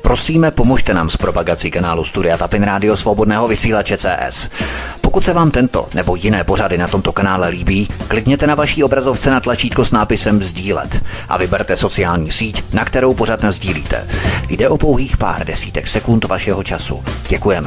Prosíme, pomožte nám s propagací kanálu Studia Tapin Rádio Svobodného vysílače CS. Pokud se vám tento nebo jiné pořady na tomto kanále líbí, klikněte na vaší obrazovce na tlačítko s nápisem sdílet a vyberte sociální síť, na kterou pořad nasdílíte. Jde o pouhých pár desítek sekund vašeho času. Děkujeme.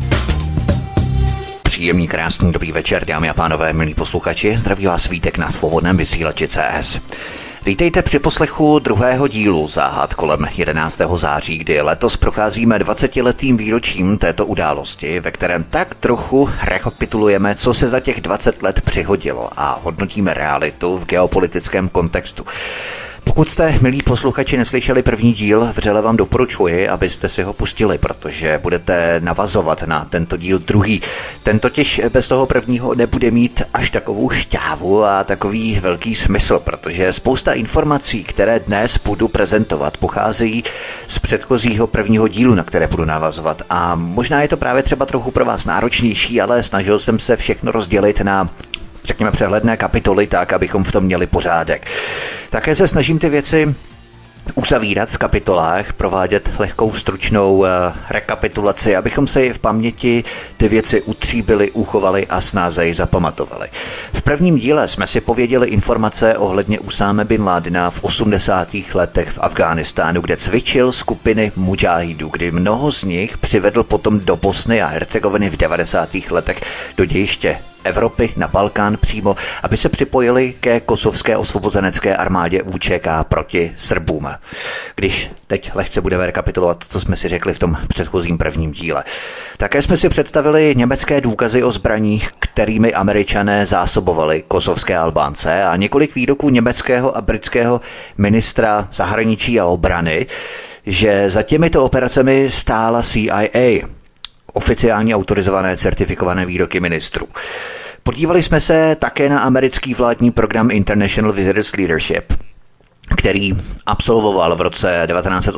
Příjemný, krásný, dobrý večer, dámy a pánové, milí posluchači, zdraví vás Vítek na Svobodném vysílači CS. Vítejte při poslechu druhého dílu záhad kolem 11. září, kdy letos procházíme 20letým výročím této události, ve kterém tak trochu rekapitulujeme, co se za těch 20 let přihodilo a hodnotíme realitu v geopolitickém kontextu. Pokud jste, milí posluchači, neslyšeli první díl, vřele vám doporučuji, abyste si ho pustili, protože budete navazovat na tento díl druhý. Ten totiž bez toho prvního nebude mít až takovou šťávu a takový velký smysl, protože spousta informací, které dnes budu prezentovat, pocházejí z předchozího prvního dílu, na které budu navazovat. A možná je to právě třeba trochu pro vás náročnější, ale snažil jsem se všechno rozdělit na, řekněme, přehledné kapitoly, tak, abychom v tom měli pořádek. Také se snažím ty věci uzavírat v kapitolách, provádět lehkou stručnou rekapitulaci, abychom si v paměti ty věci utříbili, uchovali a snáze ji zapamatovali. V prvním díle jsme si pověděli informace ohledně Usáme bin Ládina v 80. letech v Afghánistánu, kde cvičil skupiny mudžáhidů, kdy mnoho z nich přivedl potom do Bosny a Hercegoviny v 90. letech do dějiště Evropy, na Balkán přímo, aby se připojili ke kosovské osvobozenecké armádě UČK proti Srbům. Když teď lehce budeme rekapitulovat, co jsme si řekli v tom předchozím prvním díle. Také jsme si představili německé důkazy o zbraních, kterými Američané zásobovali kosovské Albánce, a několik výroků německého a britského ministra zahraničí a obrany, že za těmito operacemi stála CIA. Oficiálně autorizované certifikované výroky ministrů. Podívali jsme se také na americký vládní program International Visitors Leadership, který absolvoval v roce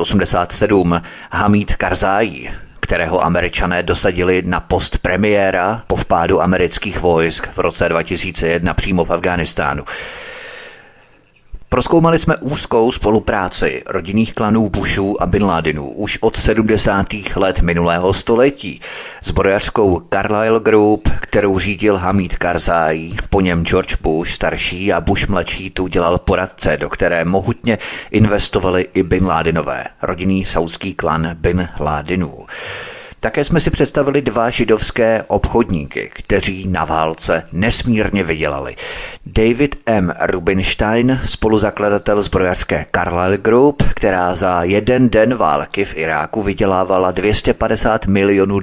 1987 Hamid Karzai, kterého Američané dosadili na post premiéra po vpádu amerických vojsk v roce 2001 přímo v Afghánistánu. Prozkoumali jsme úzkou spolupráci rodinných klanů Bushů a Bin Ládinů už od 70. let minulého století. Zbrojařskou Carlyle Group, kterou řídil Hamid Karzai, po něm George Bush starší a Bush mladší tu dělal poradce, do které mohutně investovali i Bin Ládinové, rodinný saudský klan Bin Ládinů. Také jsme si představili dva židovské obchodníky, kteří na válce nesmírně vydělali. David M. Rubinstein, spoluzakladatel zbrojařské Carlyle Group, která za jeden den války v Iráku vydělávala $250 milionů.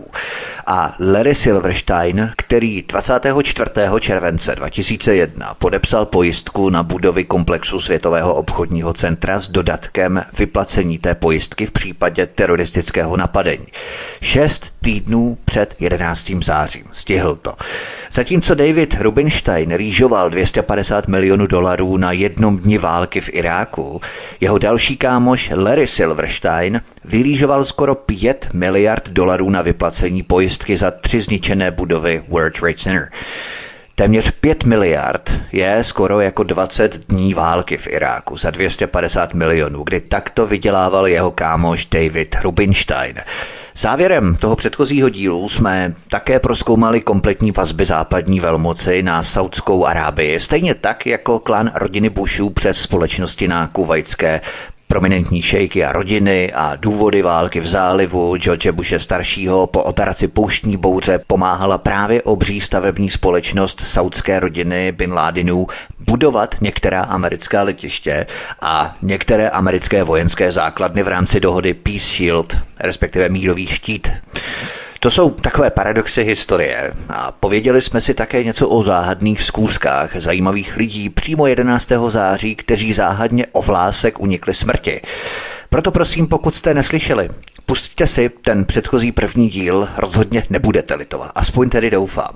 A Larry Silverstein, který 24. července 2001 podepsal pojistku na budovy komplexu Světového obchodního centra s dodatkem vyplacení té pojistky v případě teroristického napadení. 6 týdnů před 11. zářím. Stihl to. Zatímco David Rubinstein rýžoval $250 milionů na jednom dni války v Iráku, jeho další kámoš Larry Silverstein vyrýžoval skoro $5 miliard na vyplacení pojistky za 3 zničené budovy World Trade Center. Téměř 5 miliard je skoro jako 20 dní války v Iráku za 250 milionů, kdy takto vydělával jeho kámoš David Rubinstein. Závěrem toho předchozího dílu jsme také prozkoumali kompletní vazby západní velmoci na Saudskou Arábii, stejně tak jako klan rodiny Bushů přes společnosti na kuvajské prominentní šejky a rodiny a důvody války v zálivu George Bushe staršího po operaci Pouštní bouře pomáhala právě obří stavební společnost saudské rodiny Bin Ládinů budovat některá americká letiště a některé americké vojenské základny v rámci dohody Peace Shield, respektive mírový štít. To jsou takové paradoxy historie a pověděli jsme si také něco o záhadných zkouškách zajímavých lidí přímo 11. září, kteří záhadně o vlásek unikli smrti. Proto prosím, pokud jste neslyšeli, pusťte si ten předchozí první díl, rozhodně nebudete litovat, aspoň tedy doufám.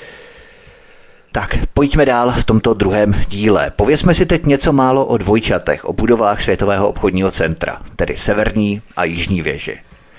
Tak, pojďme dál v tomto druhém díle. Povězme si teď něco málo o dvojčatech, o budovách Světového obchodního centra, tedy severní a jižní věži.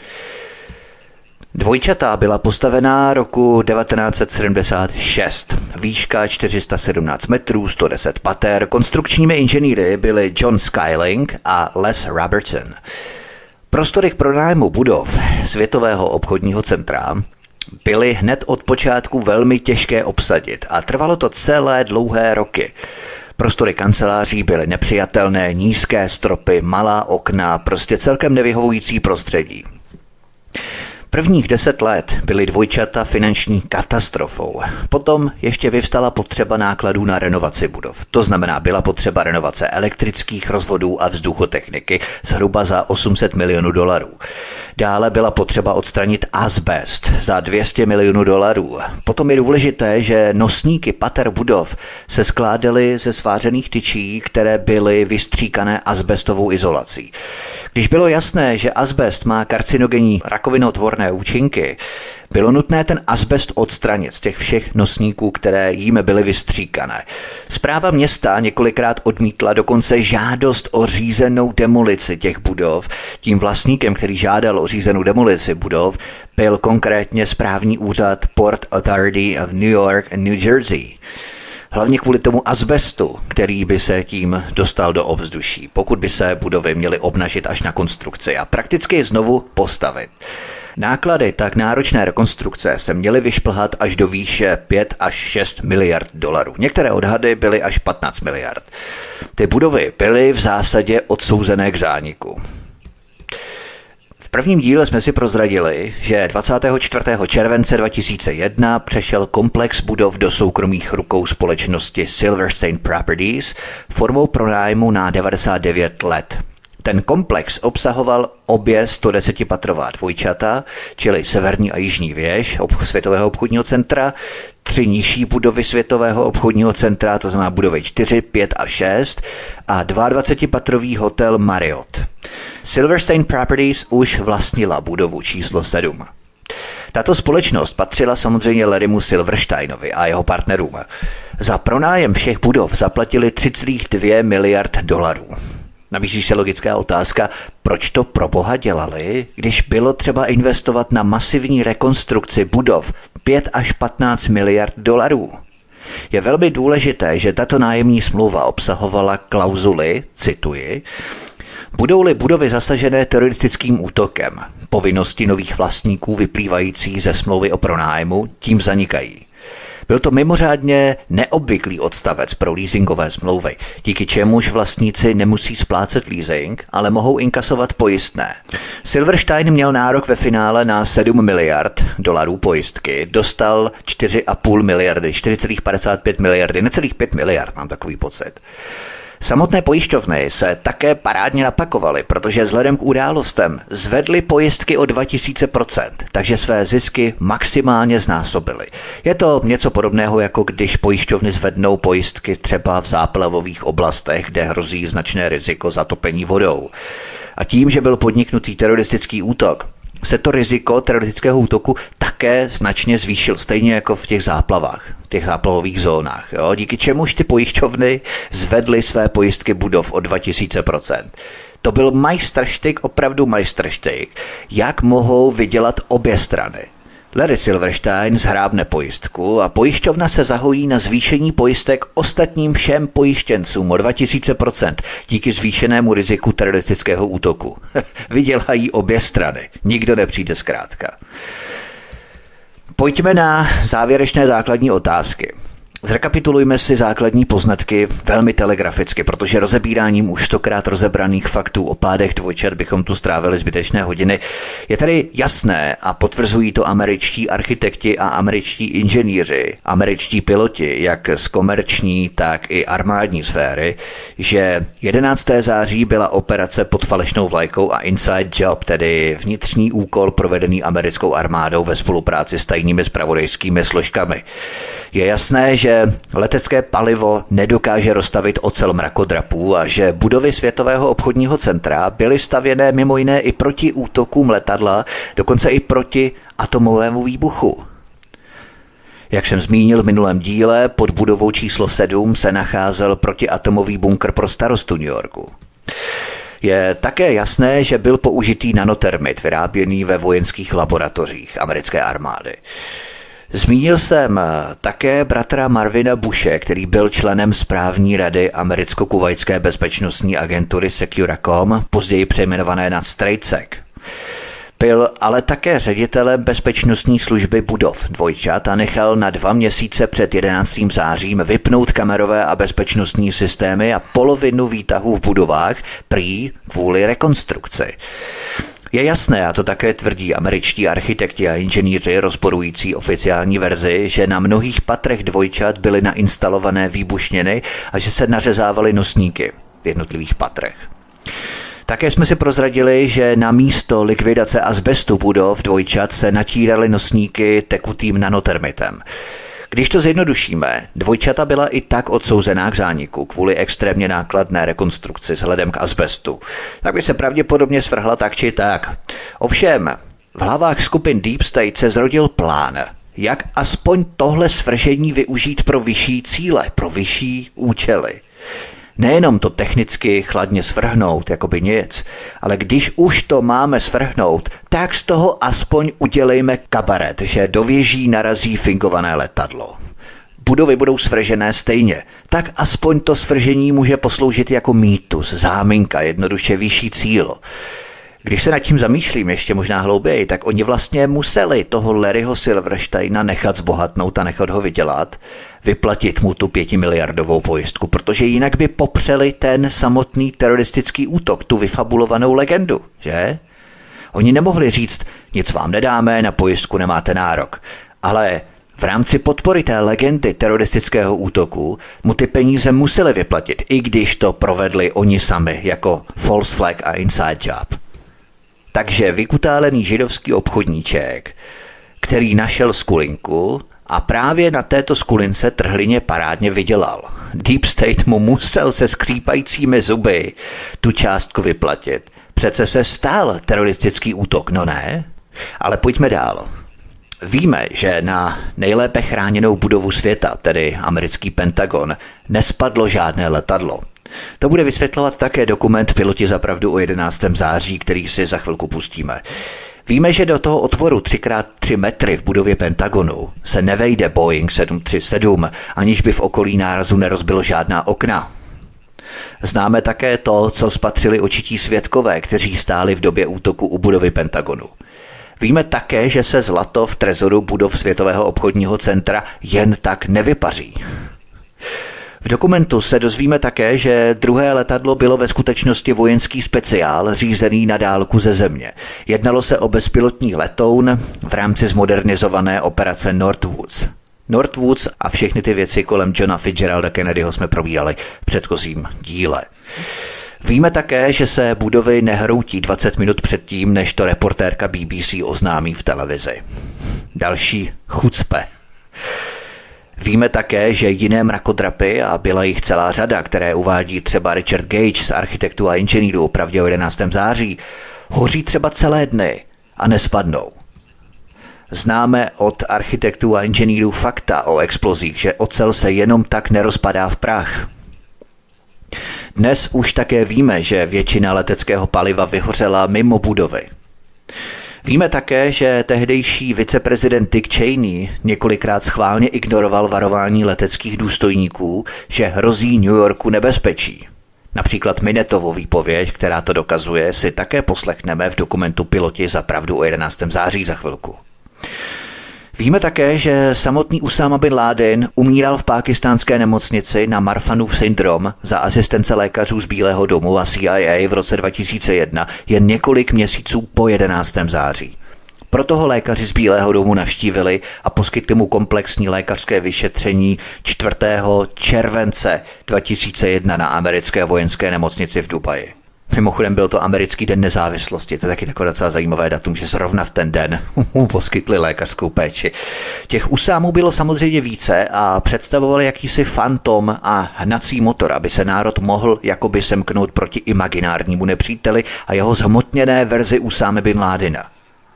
Dvojčata byla postavená roku 1976, výška 417 metrů, 110 pater, konstrukčními inženýry byli John Skyling a Les Robertson. Prostory k pronájmu budov Světového obchodního centra byly hned od počátku velmi těžké obsadit a trvalo to celé dlouhé roky. Prostory kanceláří byly nepřijatelné, nízké stropy, malá okna, prostě celkem nevyhovující prostředí. Prvních 10 let byly dvojčata finanční katastrofou. Potom ještě vyvstala potřeba nákladů na renovaci budov. To znamená, byla potřeba renovace elektrických rozvodů a vzduchotechniky zhruba za $800 milionů. Dále byla potřeba odstranit azbest za $200 milionů. Potom je důležité, že nosníky pater budov se skládaly ze svářených tyčí, které byly vystříkané azbestovou izolací. Když bylo jasné, že azbest má karcinogenní rakovinotvorné účinky, bylo nutné ten azbest odstranit z těch všech nosníků, které jím byly vystříkané. Správa města několikrát odmítla dokonce žádost o řízenou demolici těch budov. Tím vlastníkem, který žádal o řízenou demolici budov, byl konkrétně správní úřad Port Authority of New York and New Jersey. Hlavně kvůli tomu azbestu, který by se tím dostal do ovzduší, pokud by se budovy měly obnažit až na konstrukci a prakticky znovu postavit. Náklady tak náročné rekonstrukce se měly vyšplhat až do výše 5 až 6 miliard dolarů. Některé odhady byly až 15 miliard. Ty budovy byly v zásadě odsouzené k zániku. V prvním díle jsme si prozradili, že 24. července 2001 přešel komplex budov do soukromých rukou společnosti Silverstein Properties formou pronájmu na 99 let. Ten komplex obsahoval obě 110patrová dvojčata, čili severní a jižní věž Světového obchodního centra, 3 nižší budovy Světového obchodního centra, to znamená budovy 4, 5 a 6 a 22patrový hotel Marriott. Silverstein Properties už vlastnila budovu číslo 7. Tato společnost patřila samozřejmě Larrymu Silversteinovi a jeho partnerům. Za pronájem všech budov zaplatili 3,2 miliard dolarů. Nabízí se logická otázka, proč to pro boha dělali, když bylo třeba investovat na masivní rekonstrukci budov 5 až 15 miliard dolarů. Je velmi důležité, že tato nájemní smlouva obsahovala klauzuly, cituji, budou-li budovy zasažené teroristickým útokem, povinnosti nových vlastníků vyplývající ze smlouvy o pronájmu tím zanikají. Byl to mimořádně neobvyklý odstavec pro leasingové smlouvy, díky čemuž vlastníci nemusí splácet leasing, ale mohou inkasovat pojistné. Silverstein měl nárok ve finále na 7 miliard dolarů pojistky, dostal 4,5 miliardy, 4,55 miliardy, necelých 5 miliard, mám takový pocit. Samotné pojišťovny se také parádně napakovaly, protože vzhledem k událostem zvedly pojistky o 2000%, takže své zisky maximálně znásobily. Je to něco podobného, jako když pojišťovny zvednou pojistky třeba v záplavových oblastech, kde hrozí značné riziko zatopení vodou. A tím, že byl podniknutý teroristický útok, se to riziko teroristického útoku také značně zvýšil, stejně jako v těch záplavách, v těch záplavových zónách. Jo? Díky čemuž ty pojišťovny zvedly své pojistky budov o 2000%. To byl majstrštyk, opravdu majstrštyk, jak mohou vydělat obě strany. Larry Silverstein zhrábne pojistku a pojišťovna se zahojí na zvýšení pojistek ostatním všem pojištěncům o 2000% díky zvýšenému riziku teroristického útoku. Vydělají obě strany. Nikdo nepřijde zkrátka. Pojďme na závěrečné základní otázky. Zrekapitulujme si základní poznatky velmi telegraficky, protože rozebíráním už 100krát rozebraných faktů o pádech dvojčat bychom tu strávili zbytečné hodiny. Je tedy jasné a potvrzují to američtí architekti a američtí inženýři, američtí piloti, jak z komerční, tak i armádní sféry, že 11. září byla operace pod falešnou vlajkou a inside job, tedy vnitřní úkol provedený americkou armádou ve spolupráci s tajnými zpravodajskými složkami. Je jasné, že letecké palivo nedokáže rozstavit ocel mrakodrapů a že budovy Světového obchodního centra byly stavěné mimo jiné i proti útokům letadla, dokonce i proti atomovému výbuchu. Jak jsem zmínil v minulém díle, pod budovou číslo 7 se nacházel protiatomový bunkr pro starostu New Yorku. Je také jasné, že byl použitý nanotermit vyráběný ve vojenských laboratořích americké armády. Zmínil jsem také bratra Marvina Bushe, který byl členem správní rady americko-kuvajské bezpečnostní agentury Securacom, později přejmenované na StraighSec. Byl ale také ředitelem bezpečnostní služby budov dvojčat a nechal na 2 měsíce před 11. zářím vypnout kamerové a bezpečnostní systémy a polovinu výtahů v budovách prý kvůli rekonstrukci. Je jasné, a to také tvrdí američtí architekti a inženýři rozporující oficiální verzi, že na mnohých patrech dvojčat byly nainstalované výbušniny a že se nařezávaly nosníky v jednotlivých patrech. Také jsme si prozradili, že na místo likvidace azbestu budov dvojčat se natíraly nosníky tekutým nanotermitem. Když to zjednodušíme, dvojčata byla i tak odsouzená k zániku kvůli extrémně nákladné rekonstrukci vzhledem k azbestu. Tak by se pravděpodobně svrhla tak či tak. Ovšem, v hlavách skupin Deep State se zrodil plán, jak aspoň tohle svržení využít pro vyšší cíle, pro vyšší účely. Nejenom to technicky chladně svrhnout, jako by nic, ale když už to máme svrhnout, tak z toho aspoň udělejme kabaret, že do věží narazí fingované letadlo. Budovy budou svržené stejně, tak aspoň to svržení může posloužit jako mýtus, záminka, jednoduše vyšší cíl. Když se nad tím zamýšlím ještě možná hlouběji, tak oni vlastně museli toho Larryho Silversteina nechat zbohatnout a nechat ho vydělat, vyplatit mu tu 5miliardovou pojistku, protože jinak by popřeli ten samotný teroristický útok, tu vyfabulovanou legendu, že? Oni nemohli říct, nic vám nedáme, na pojistku nemáte nárok, ale v rámci podpory té legendy teroristického útoku mu ty peníze museli vyplatit, i když to provedli oni sami jako false flag a inside job. Takže vykutálený židovský obchodníček, který našel skulinku a právě na této skulince trhlině parádně vydělal. Deep State mu musel se skřípajícími zuby tu částku vyplatit. Přece se stál teroristický útok, no ne? Ale pojďme dál. Víme, že na nejlépe chráněnou budovu světa, tedy americký Pentagon, nespadlo žádné letadlo. To bude vysvětlovat také dokument Piloti za pravdu o 11. září, který si za chvilku pustíme. Víme, že do toho otvoru 3x3 metry v budově Pentagonu se nevejde Boeing 737, aniž by v okolí nárazu nerozbilo žádná okna. Známe také to, co spatřili očití svědkové, kteří stáli v době útoku u budovy Pentagonu. Víme také, že se zlato v trezoru budov Světového obchodního centra jen tak nevypaří. V dokumentu se dozvíme také, že druhé letadlo bylo ve skutečnosti vojenský speciál řízený na dálku ze země. Jednalo se o bezpilotní letoun v rámci zmodernizované operace Northwoods. Northwoods a všechny ty věci kolem Johna Fitzgeralda Kennedyho jsme probírali v předchozím díle. Víme také, že se budovy nehroutí 20 minut předtím, než to reportérka BBC oznámí v televizi. Další chucpe. Víme také, že jiné mrakodrapy, a byla jich celá řada, které uvádí třeba Richard Gage z architektů a inženýrů o pravdě o 11. září, hoří třeba celé dny a nespadnou. Známe od architektů a inženýrů fakta o explozích, že ocel se jenom tak nerozpadá v prach. Dnes už také víme, že většina leteckého paliva vyhořela mimo budovy. Víme také, že tehdejší viceprezident Dick Cheney několikrát schválně ignoroval varování leteckých důstojníků, že hrozí New Yorku nebezpečí. Například Minettovu výpověď, která to dokazuje, si také poslechneme v dokumentu Piloti za pravdu o 11. září za chvilku. Víme také, že samotný Usáma bin Laden umíral v pákistánské nemocnici na Marfanův syndrom za asistence lékařů z Bílého domu a CIA v roce 2001 jen několik měsíců po 11. září. Proto ho lékaři z Bílého domu navštívili a poskytli mu komplexní lékařské vyšetření 4. července 2001 na americké vojenské nemocnici v Dubaji. Mimochodem byl to americký den nezávislosti, to je taky takové docela zajímavé datum, že zrovna v ten den mu poskytli lékařskou péči. Těch Usámů bylo samozřejmě více a představovali jakýsi fantom a hnací motor, aby se národ mohl jakoby semknout proti imaginárnímu nepříteli a jeho zhmotněné verzi Usámy bin Ládina.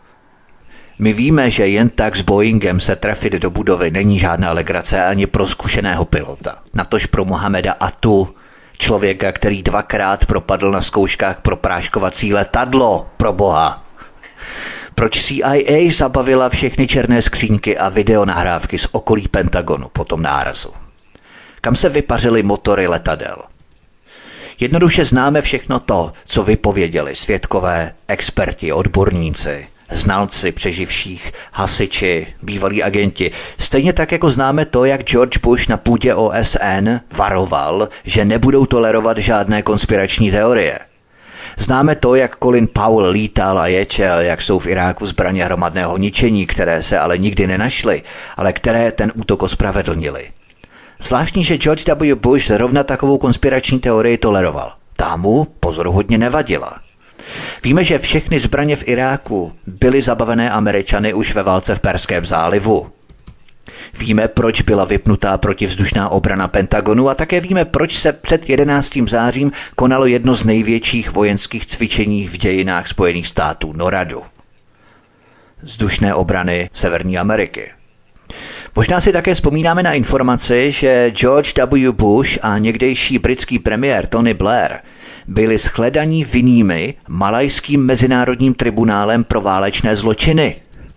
My víme, že jen tak s Boeingem se trefit do budovy není žádná legrace ani pro zkušeného pilota. Natož pro Mohameda Atu, člověka, který 2krát propadl na zkouškách pro práškovací letadlo, pro boha. Proč CIA zabavila všechny černé skříňky a videonahrávky z okolí Pentagonu po tom nárazu? Kam se vypařily motory letadel? Jednoduše známe všechno to, co vypověděli svědkové, experti, odborníci, znalci přeživších, hasiči, bývalí agenti. Stejně tak, jako známe to, jak George Bush na půdě OSN varoval, že nebudou tolerovat žádné konspirační teorie. Známe to, jak Colin Powell lítal a ječel, jak jsou v Iráku zbraně hromadného ničení, které se ale nikdy nenašly, ale které ten útok ospravedlnili. Zvláštní, že George W. Bush zrovna takovou konspirační teorii toleroval. Ta mu pozoruhodně nevadila. Víme, že všechny zbraně v Iráku byly zabavené Američany už ve válce v Perském zálivu. Víme, proč byla vypnutá protivzdušná obrana Pentagonu a také víme, proč se před 11. zářím konalo jedno z největších vojenských cvičení v dějinách Spojených států, NORADu. Vzdušné obrany Severní Ameriky. Možná si také vzpomínáme na informaci, že George W. Bush a někdejší britský premiér Tony Blair byli shledaní vinnými Malajským mezinárodním tribunálem pro válečné zločiny.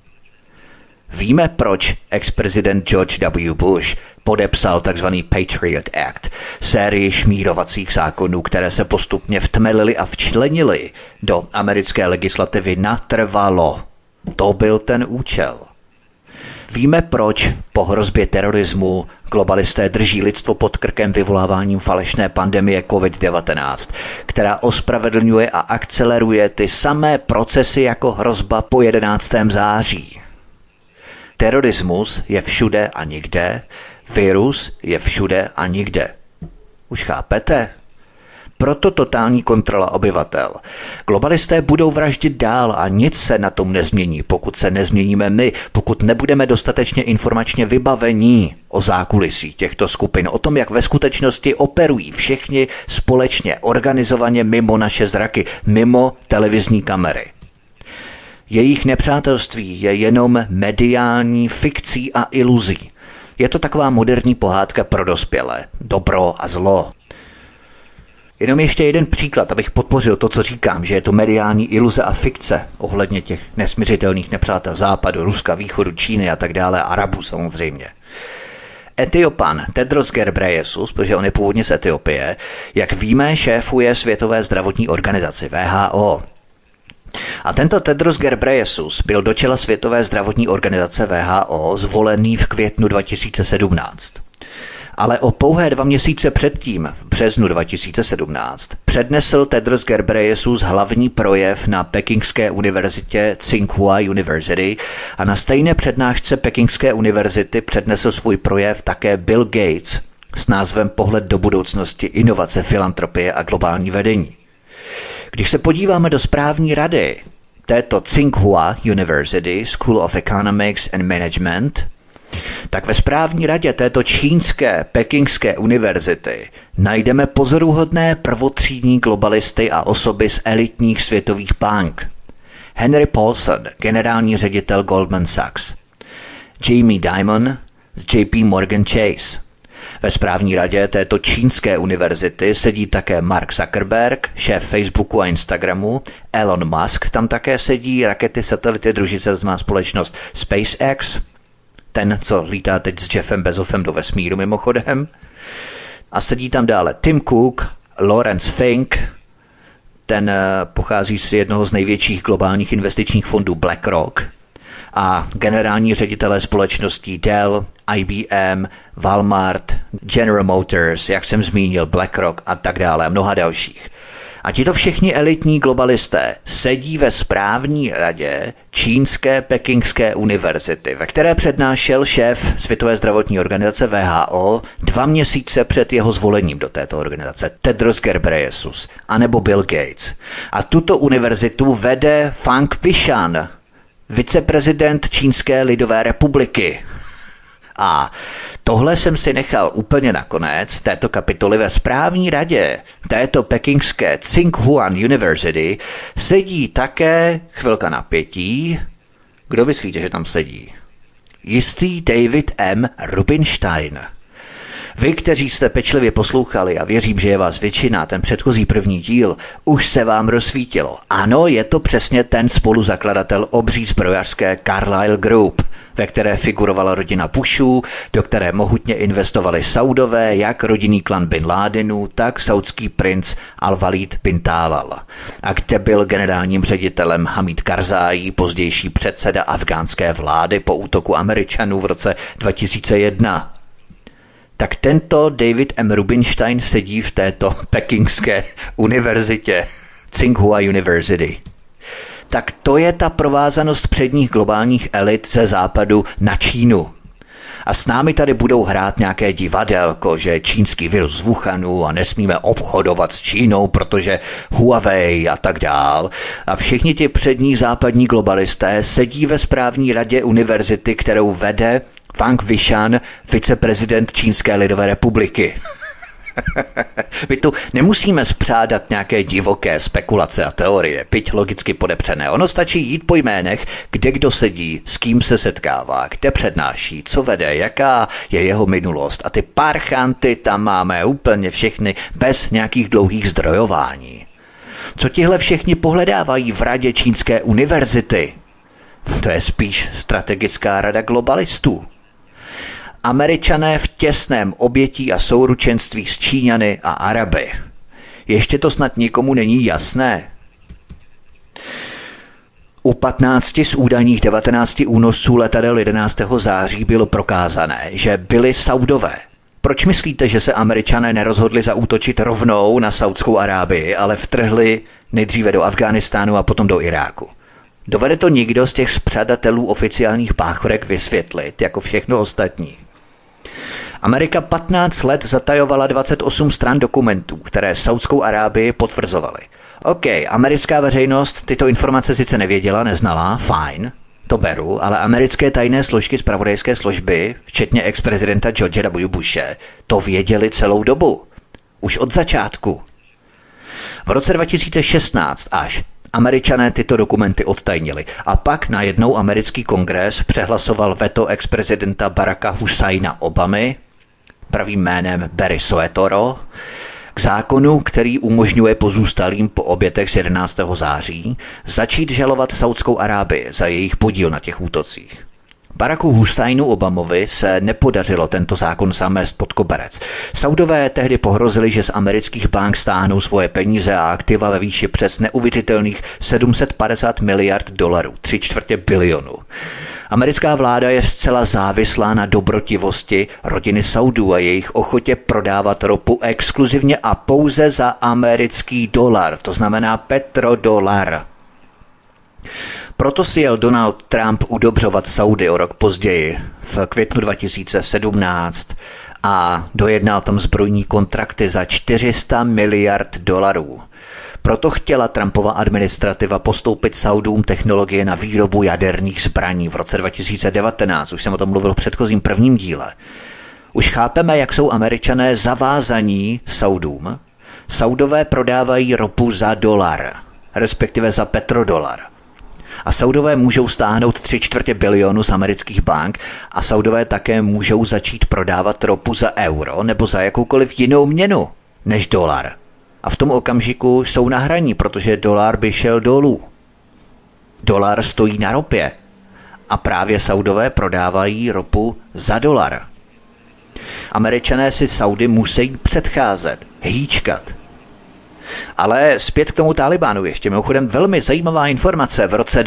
Víme, proč ex-prezident George W. Bush podepsal tzv. Patriot Act, sérii šmírovacích zákonů, které se postupně vtmelily a včlenily do americké legislativy natrvalo. To byl ten účel. Víme, proč po hrozbě terorismu globalisté drží lidstvo pod krkem vyvoláváním falešné pandemie COVID-19, která ospravedlňuje a akceleruje ty samé procesy jako hrozba po 11. září. Terorismus je všude a nikde, virus je všude a nikde. Už chápete? Proto totální kontrola obyvatel. Globalisté budou vraždit dál a nic se na tom nezmění, pokud se nezměníme my, pokud nebudeme dostatečně informačně vybavení o zákulisí těchto skupin, o tom, jak ve skutečnosti operují všichni společně, organizovaně mimo naše zraky, mimo televizní kamery. Jejich nepřátelství je jenom mediální fikcí a iluzí. Je to taková moderní pohádka pro dospělé, dobro a zlo. Jenom ještě jeden příklad, abych podpořil to, co říkám, že je to mediální iluze a fikce ohledně těch nesmiřitelných nepřátel Západu, Ruska, Východu, Číny a tak dále, Arabů samozřejmě. Etiopan Tedros Ghebreyesus, protože on je původně z Etiopie, jak víme, šéfuje Světové zdravotní organizaci WHO. A tento Tedros Ghebreyesus byl do čela Světové zdravotní organizace WHO zvolený v květnu 2017. Ale o pouhé 2 měsíce předtím, v březnu 2017, přednesl Tedros Ghebreyesus hlavní projev na Pekingské univerzitě Tsinghua University a na stejné přednášce Pekingské univerzity přednesl svůj projev také Bill Gates s názvem Pohled do budoucnosti, inovace, filantropie a globální vedení. Když se podíváme do správní rady této Tsinghua University School of Economics and Management, tak ve správní radě této čínské Pekingské univerzity najdeme pozoruhodné prvotřídní globalisty a osoby z elitních světových bank. Henry Paulson, generální ředitel Goldman Sachs. Jamie Dimon z JP Morgan Chase. Ve správní radě této čínské univerzity sedí také Mark Zuckerberg, šéf Facebooku a Instagramu, Elon Musk, tam také sedí, rakety, satelity, družice má společnost SpaceX, ten, co lítá teď s Jeffem Bezosem do vesmíru mimochodem. A sedí tam dále Tim Cook, Lawrence Fink, ten pochází z jednoho z největších globálních investičních fondů BlackRock, a generální ředitelé společností Dell, IBM, Walmart, General Motors, jak jsem zmínil, BlackRock a tak dále, a mnoha dalších. A tito všichni elitní globalisté sedí ve správní radě čínské Pekingské univerzity, ve které přednášel šéf Světové zdravotní organizace WHO 2 měsíce před jeho zvolením do této organizace, Tedros Ghebreyesus, anebo Bill Gates. A tuto univerzitu vede Fang Wishan, viceprezident Čínské lidové republiky. A tohle jsem si nechal úplně nakonec této kapitoly. Ve správní radě této pekingské Tsinghua University sedí také, chvilka napětí, kdo myslíte, že tam sedí? Jistý David M. Rubinstein. Vy, kteří jste pečlivě poslouchali, a věřím, že je vás většina, ten předchozí první díl, už se vám rozsvítilo. Ano, je to přesně ten spoluzakladatel obří zbrojařské Carlyle Group, ve které figurovala rodina Bushů, do které mohutně investovali Saudové, jak rodinný klan Bin Ládinů, tak saudský princ Al-Walid bin Talal. A kde byl generálním ředitelem Hamid Karzai, pozdější předseda afgánské vlády po útoku Američanů v roce 2001. Tak tento David M. Rubinstein sedí v této pekingské univerzitě, Tsinghua University. Tak to je ta provázanost předních globálních elit ze západu na Čínu. A s námi tady budou hrát nějaké divadelko, že čínský virus z Wuhanu a nesmíme obchodovat s Čínou, protože Huawei a tak dál. A všichni ti přední západní globalisté sedí ve správní radě univerzity, kterou vede Wang Wishan, viceprezident Čínské lidové republiky. My tu nemusíme spřádat nějaké divoké spekulace a teorie, byť logicky podepřené. Ono stačí jít po jménech, kde kdo sedí, s kým se setkává, kde přednáší, co vede, jaká je jeho minulost. A ty parchanty tam máme úplně všechny bez nějakých dlouhých zdrojování. Co tihle všichni pohledávají v radě Čínské univerzity? To je spíš strategická rada globalistů. Američané v těsném obětí a souručenství s Číňany a Araby. Ještě to snad nikomu není jasné. U 15 z údajných 19 únosců letadel 11. září bylo prokázané, že byli Saudové. Proč myslíte, že se Američané nerozhodli zaútočit rovnou na Saudskou Arábii, ale vtrhli nejdříve do Afghánistánu a potom do Iráku? Dovede to nikdo z těch spřadatelů oficiálních páchorek vysvětlit, jako všechno ostatní? Amerika 15 let zatajovala 28 stran dokumentů, které Saudskou Arábii potvrzovaly. OK, americká veřejnost tyto informace sice nevěděla, neznala, fajn, to beru, ale americké tajné složky zpravodajské služby, včetně ex-prezidenta George W. Bushe, to věděli celou dobu. Už od začátku. V roce 2016 až Američané tyto dokumenty odtajnili a pak najednou americký kongres přehlasoval veto ex-prezidenta Baracka Husajna Obamy, pravým jménem Barry Soetoro, k zákonu, který umožňuje pozůstalým po obětech z 11. září začít žalovat Saudskou Arábii za jejich podíl na těch útocích. Baracku Husajnu Obamovi se nepodařilo tento zákon zamést pod koberec. Saudové tehdy pohrozili, že z amerických bank stáhnou svoje peníze a aktiva ve výši přes neuvěřitelných 750 miliard dolarů, 3/4 bilionu. Americká vláda je zcela závislá na dobrotivosti rodiny Saudů a jejich ochotě prodávat ropu exkluzivně a pouze za americký dolar, to znamená petrodolar. Proto si jel Donald Trump udobřovat Saudy o rok později, v květnu 2017, a dojednal tam zbrojní kontrakty za 400 miliard dolarů. Proto chtěla Trumpova administrativa postoupit Saudům technologie na výrobu jaderných zbraní v roce 2019, už jsem o tom mluvil v předchozím prvním díle. Už chápeme, jak jsou Američané zavázaní Saudům. Saudové prodávají ropu za dolar, respektive za petrodolar. A Saudové můžou stáhnout 3/4 bilionu z amerických bank a Saudové také můžou začít prodávat ropu za euro nebo za jakoukoliv jinou měnu než dolar. A v tom okamžiku jsou na hraní, protože dolar by šel dolů. Dolar stojí na ropě a právě Saudové prodávají ropu za dolar. Američané si Saudy musí předcházet, hýčkat. Ale zpět k tomu Talibánu ještě mimochodem velmi zajímavá informace. V roce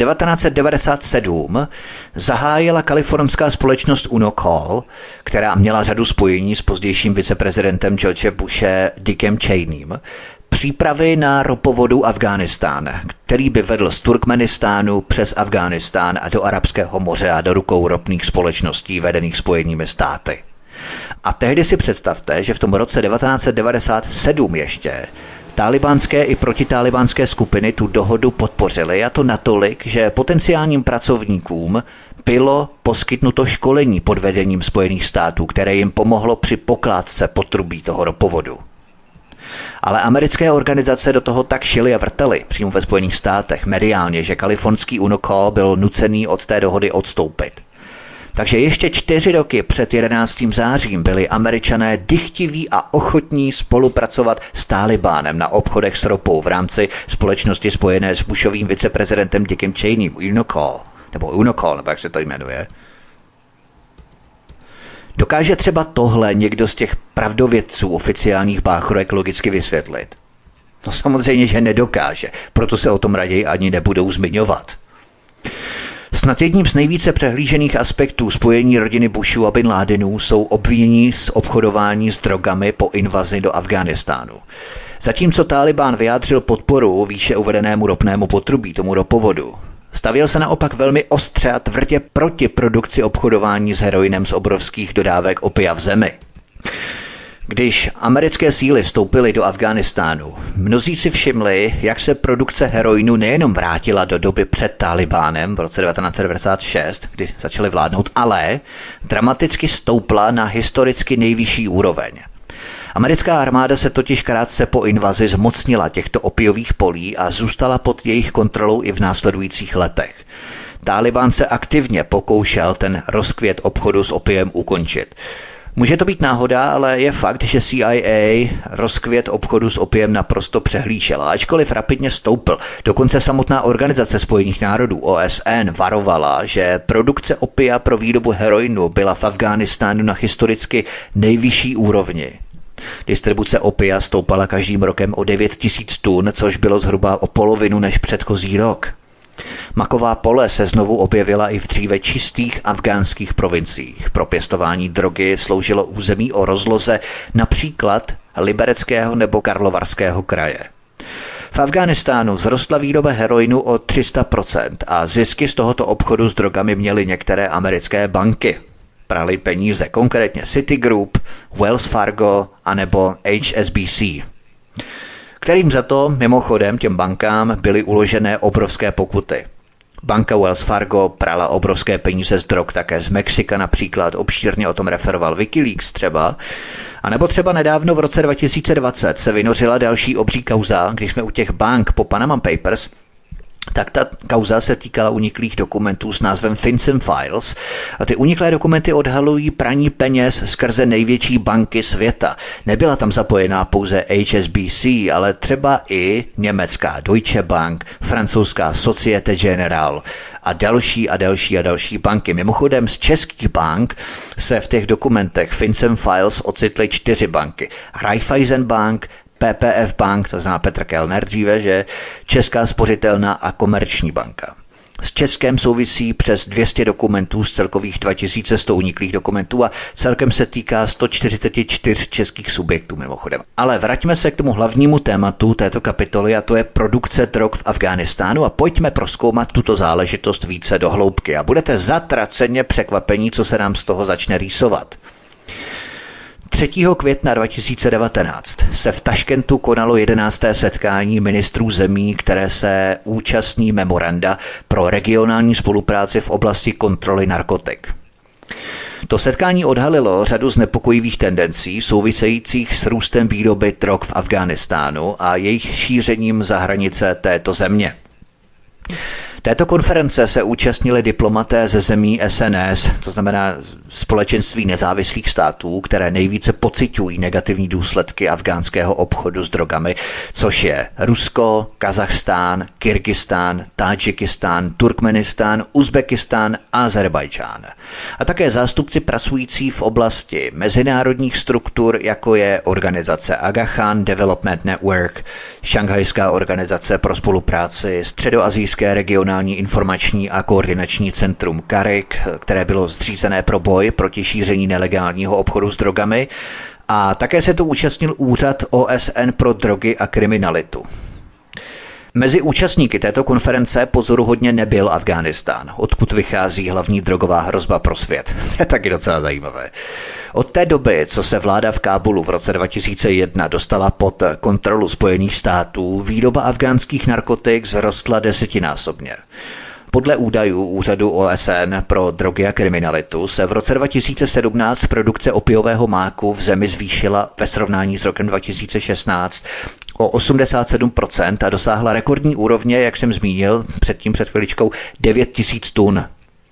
1997 zahájila kalifornská společnost Unocal, která měla řadu spojení s pozdějším viceprezidentem George Bushe Dickem Cheneym, přípravy na ropovodu Afghánistán, který by vedl z Turkmenistánu přes Afghánistán a do Arabského moře a do rukou ropných společností vedených Spojenými státy. A tehdy si představte, že v tom roce 1997 ještě talibánské i protitalibánské skupiny tu dohodu podpořily, a to natolik, že potenciálním pracovníkům bylo poskytnuto školení pod vedením Spojených států, které jim pomohlo při pokládce potrubí toho ropovodu. Ale americké organizace do toho tak šily a vrtely přímo ve Spojených státech mediálně, že kalifornský Unocal byl nucený od té dohody odstoupit. Takže ještě 4 roky před 11. zářím byli Američané dychtiví a ochotní spolupracovat s Talibánem na obchodech s ropou v rámci společnosti spojené s Bushovým viceprezidentem Dickem Cheneym, UNOCOL, nebo jak se to jmenuje. Dokáže třeba tohle někdo z těch pravdovědců oficiálních báchorek logicky vysvětlit? No samozřejmě, že nedokáže, proto se o tom raději ani nebudou zmiňovat. Snad jedním z nejvíce přehlížených aspektů spojení rodiny Bushů a Bin Ládinů jsou obvinění z obchodování s drogami po invazi do Afghánistánu. Zatímco Tálibán vyjádřil podporu výše uvedenému ropnému potrubí, tomu ropovodu, stavěl se naopak velmi ostře a tvrdě proti produkci obchodování s heroinem z obrovských dodávek opia v zemi. Když americké síly vstoupily do Afghánistánu, mnozí si všimli, jak se produkce heroinu nejenom vrátila do doby před Talibánem v roce 1996, kdy začaly vládnout, ale dramaticky stoupla na historicky nejvyšší úroveň. Americká armáda se totiž krátce po invazi zmocnila těchto opiových polí a zůstala pod jejich kontrolou i v následujících letech. Tálibán se aktivně pokoušel ten rozkvět obchodu s opiem ukončit. Může to být náhoda, ale je fakt, že CIA rozkvět obchodu s opiem naprosto přehlížela, ačkoliv rapidně stoupl. Dokonce samotná Organizace spojených národů OSN varovala, že produkce opia pro výrobu heroinu byla v Afghánistánu na historicky nejvyšší úrovni. Distribuce opia stoupala každým rokem o 9 000 tun, což bylo zhruba o polovinu než předchozí rok. Maková pole se znovu objevila i v dříve čistých afgánských provinciích. Pro pěstování drogy sloužilo území o rozloze například Libereckého nebo Karlovarského kraje. V Afghánistánu vzrostla výroba heroinu o 300% a zisky z tohoto obchodu s drogami měly některé americké banky. Prali peníze, konkrétně Citigroup, Wells Fargo anebo HSBC, kterým za to mimochodem těm bankám byly uložené obrovské pokuty. Banka Wells Fargo prala obrovské peníze z drog také z Mexika například, obšírně o tom referoval Wikileaks třeba. A nebo třeba nedávno v roce 2020 se vynořila další obří kauza, když jsme u těch bank po Panama Papers, tak ta kauza se týkala uniklých dokumentů s názvem FinCEN Files a ty uniklé dokumenty odhalují praní peněz skrze největší banky světa. Nebyla tam zapojená pouze HSBC, ale třeba i německá Deutsche Bank, francouzská Societe Generale a další banky. Mimochodem z českých bank se v těch dokumentech FinCEN Files ocitly 4 banky. Raiffeisen Bank, PPF Bank, to znamená Petr Kellner dříve, že Česká spořitelná a Komerční banka. S Českem souvisí přes 200 dokumentů z celkových 2100 uniklých dokumentů a celkem se týká 144 českých subjektů mimochodem. Ale vraťme se k tomu hlavnímu tématu této kapitoly a to je produkce drog v Afghánistánu a pojďme prozkoumat tuto záležitost více do hloubky a budete zatraceně překvapení, co se nám z toho začne rýsovat. 3. května 2019 se v Taškentu konalo 11. setkání ministrů zemí, které se účastní memoranda pro regionální spolupráci v oblasti kontroly narkotik. To setkání odhalilo řadu znepokojivých tendencí souvisejících s růstem výroby drog v Afghánistánu a jejich šířením za hranice této země. Této konference se účastnili diplomaté ze zemí SNS, to znamená společenství nezávislých států, které nejvíce pociťují negativní důsledky afgánského obchodu s drogami, což je Rusko, Kazachstán, Kyrgyzstán, Tádžikistán, Turkmenistán, Uzbekistán a Azerbajdžán. A také zástupci pracující v oblasti mezinárodních struktur, jako je organizace Aga Khan Development Network, Šanghajská organizace pro spolupráci, Středoasijské regionální informační a koordinační centrum CARIC, které bylo zřízené pro boj proti šíření nelegálního obchodu s drogami, a také se tu účastnil Úřad OSN pro drogy a kriminalitu. Mezi účastníky této konference pozoruhodně nebyl Afghánistán, odkud vychází hlavní drogová hrozba pro svět. To je taky docela zajímavé. Od té doby, co se vláda v Kábulu v roce 2001 dostala pod kontrolu Spojených států, výroba afgánských narkotik vzrostla 10násobně. Podle údajů Úřadu OSN pro drogy a kriminalitu se v roce 2017 produkce opiového máku v zemi zvýšila ve srovnání s rokem 2016 o 87% a dosáhla rekordní úrovně, jak jsem zmínil před chviličkou, 9 000 tun.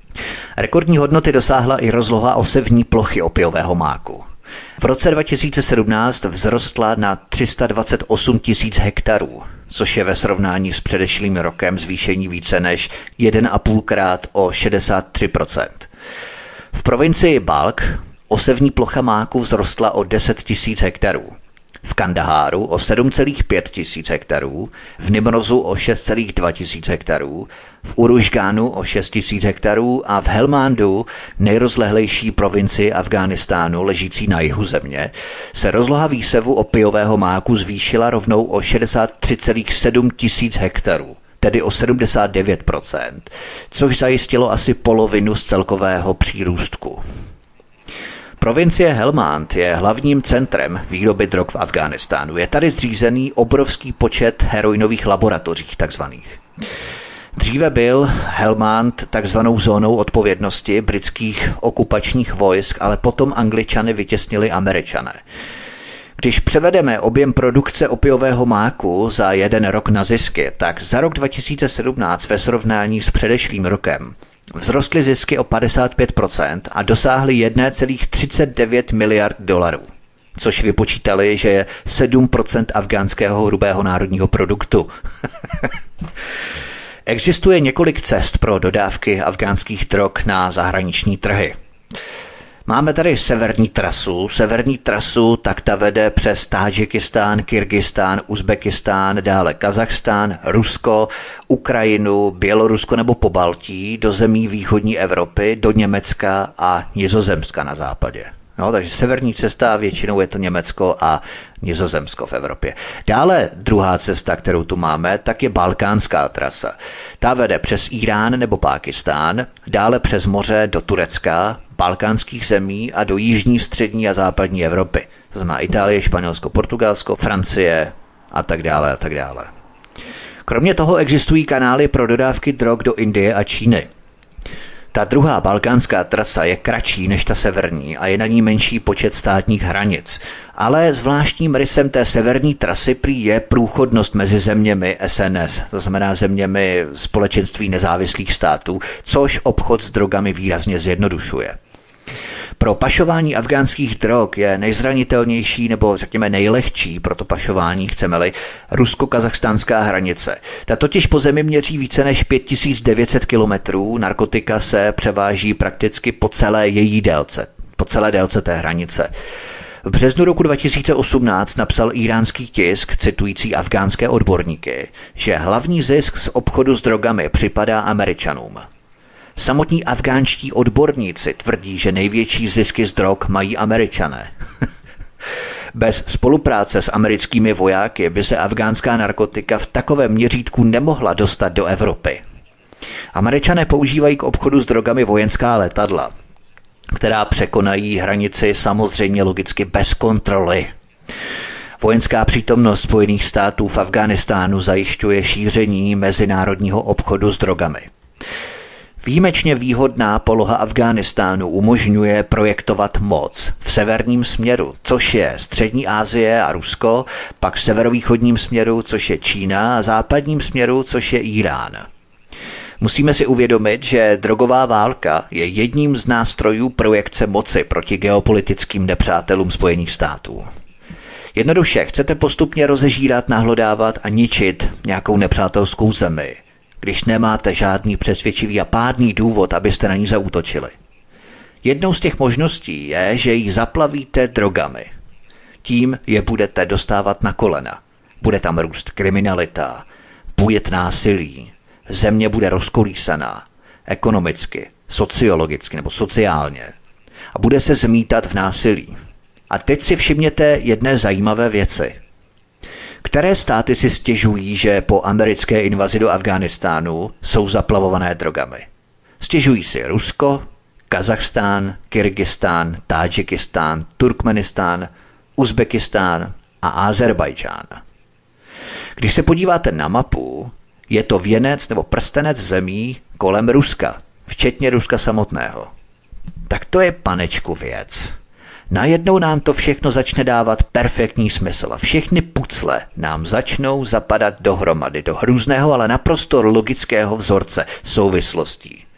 Rekordní hodnoty dosáhla i rozloha osevní plochy opiového máku. V roce 2017 vzrostla na 328 000 hektarů, což je ve srovnání s předešlým rokem zvýšení více než 1,5krát o 63%. V provincii Balkh osevní plocha máku vzrostla o 10 000 hektarů, v Kandaháru o 7,5 tisíc hektarů, v Nimrozu o 6,2 tisíc hektarů, v Uružgánu o 6 tisíc hektarů a v Helmandu, nejrozlehlejší provincii Afghánistánu ležící na jihu země, se rozloha výsevu opiového máku zvýšila rovnou o 63,7 tisíc hektarů, tedy o 79%, což zajistilo asi polovinu z celkového přírůstku. Provincie Helmand je hlavním centrem výroby drog v Afghánistánu. Je tady zřízený obrovský počet heroinových laboratoří takzvaných. Dříve byl Helmand takzvanou zónou odpovědnosti britských okupačních vojsk, ale potom Angličany vytěsnili Američané. Když převedeme objem produkce opiového máku za jeden rok na zisky, tak za rok 2017 ve srovnání s předešlým rokem vzrostly zisky o 55% a dosáhly 1,39 miliard dolarů, což vypočítali, že je 7% afgánského hrubého národního produktu. Existuje několik cest pro dodávky afgánských drog na zahraniční trhy. Máme tady severní trasu. Severní trasu, tak ta vede přes Tádžikistán, Kyrgyzstán, Uzbekistán, dále Kazachstán, Rusko, Ukrajinu, Bělorusko nebo Pobaltí, do zemí východní Evropy, do Německa a Nizozemska na západě. No, takže severní cesta, většinou je to Německo a Nizozemsko v Evropě. Dále druhá cesta, kterou tu máme, tak je balkánská trasa. Ta vede přes Irán nebo Pákistán, dále přes moře do Turecka, balkánských zemí a do jižní, střední a západní Evropy. To znamená Itálie, Španělsko, Portugalsko, Francie a tak dále a tak dále. Kromě toho existují kanály pro dodávky drog do Indie a Číny. Ta druhá balkánská trasa je kratší než ta severní a je na ní menší počet státních hranic, ale zvláštním rysem té severní trasy prý je průchodnost mezi zeměmi SNS, to znamená zeměmi Společenství nezávislých států, což obchod s drogami výrazně zjednodušuje. Pro pašování afgánských drog je nejzranitelnější nebo řekněme nejlehčí pro to pašování, chceme-li, rusko-kazachstánská hranice. Ta totiž po zemi měří více než 5900 kilometrů, narkotika se převáží prakticky po celé její délce, po celé délce té hranice. V březnu roku 2018 napsal íránský tisk, citující afgánské odborníky, že hlavní zisk z obchodu s drogami připadá Američanům. Samotní afgánští odborníci tvrdí, že největší zisky z drog mají Američané. Bez spolupráce s americkými vojáky by se afgánská narkotika v takovém měřítku nemohla dostat do Evropy. Američané používají k obchodu s drogami vojenská letadla, která překonají hranici samozřejmě logicky bez kontroly. Vojenská přítomnost Spojených států v Afghánistánu zajišťuje šíření mezinárodního obchodu s drogami. Výjimečně výhodná poloha Afghánistánu umožňuje projektovat moc v severním směru, což je Střední Asie a Rusko, pak v severovýchodním směru, což je Čína, a západním směru, což je Irán. Musíme si uvědomit, že drogová válka je jedním z nástrojů projekce moci proti geopolitickým nepřátelům Spojených států. Jednoduše chcete postupně rozežírat, nahlodávat a ničit nějakou nepřátelskou zemi, když nemáte žádný přesvědčivý a pádný důvod, abyste na ní zaútočili. Jednou z těch možností je, že ji zaplavíte drogami. Tím je budete dostávat na kolena. Bude tam růst kriminalita, bujet násilí, země bude rozkolísaná, ekonomicky, sociologicky nebo sociálně a bude se zmítat v násilí. A teď si všimněte jedné zajímavé věci. Které státy si stěžují, že po americké invazi do Afghánistánu jsou zaplavované drogami? Stěžují si Rusko, Kazachstán, Kyrgyzstán, Tádžikistán, Turkmenistán, Uzbekistán a Azerbajdžán. Když se podíváte na mapu, je to věnec nebo prstenec zemí kolem Ruska, včetně Ruska samotného. Tak to je, panečku, věc. Najednou nám to všechno začne dávat perfektní smysl a všechny pucle nám začnou zapadat dohromady do hrůzného, ale naprosto logického vzorce souvislostí,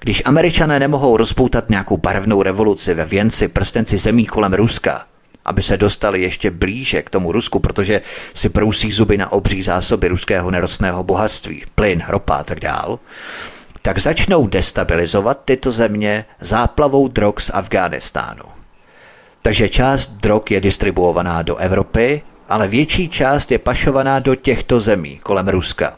Když Američané nemohou rozpoutat nějakou barevnou revoluci ve věnci prstenci zemí kolem Ruska, aby se dostali ještě blíže k tomu Rusku, protože si prousí zuby na obří zásoby ruského nerostného bohatství, plyn, ropa a tak dál, tak začnou destabilizovat tyto země záplavou drog z Afghánistánu. Takže část drog je distribuovaná do Evropy, ale větší část je pašovaná do těchto zemí kolem Ruska.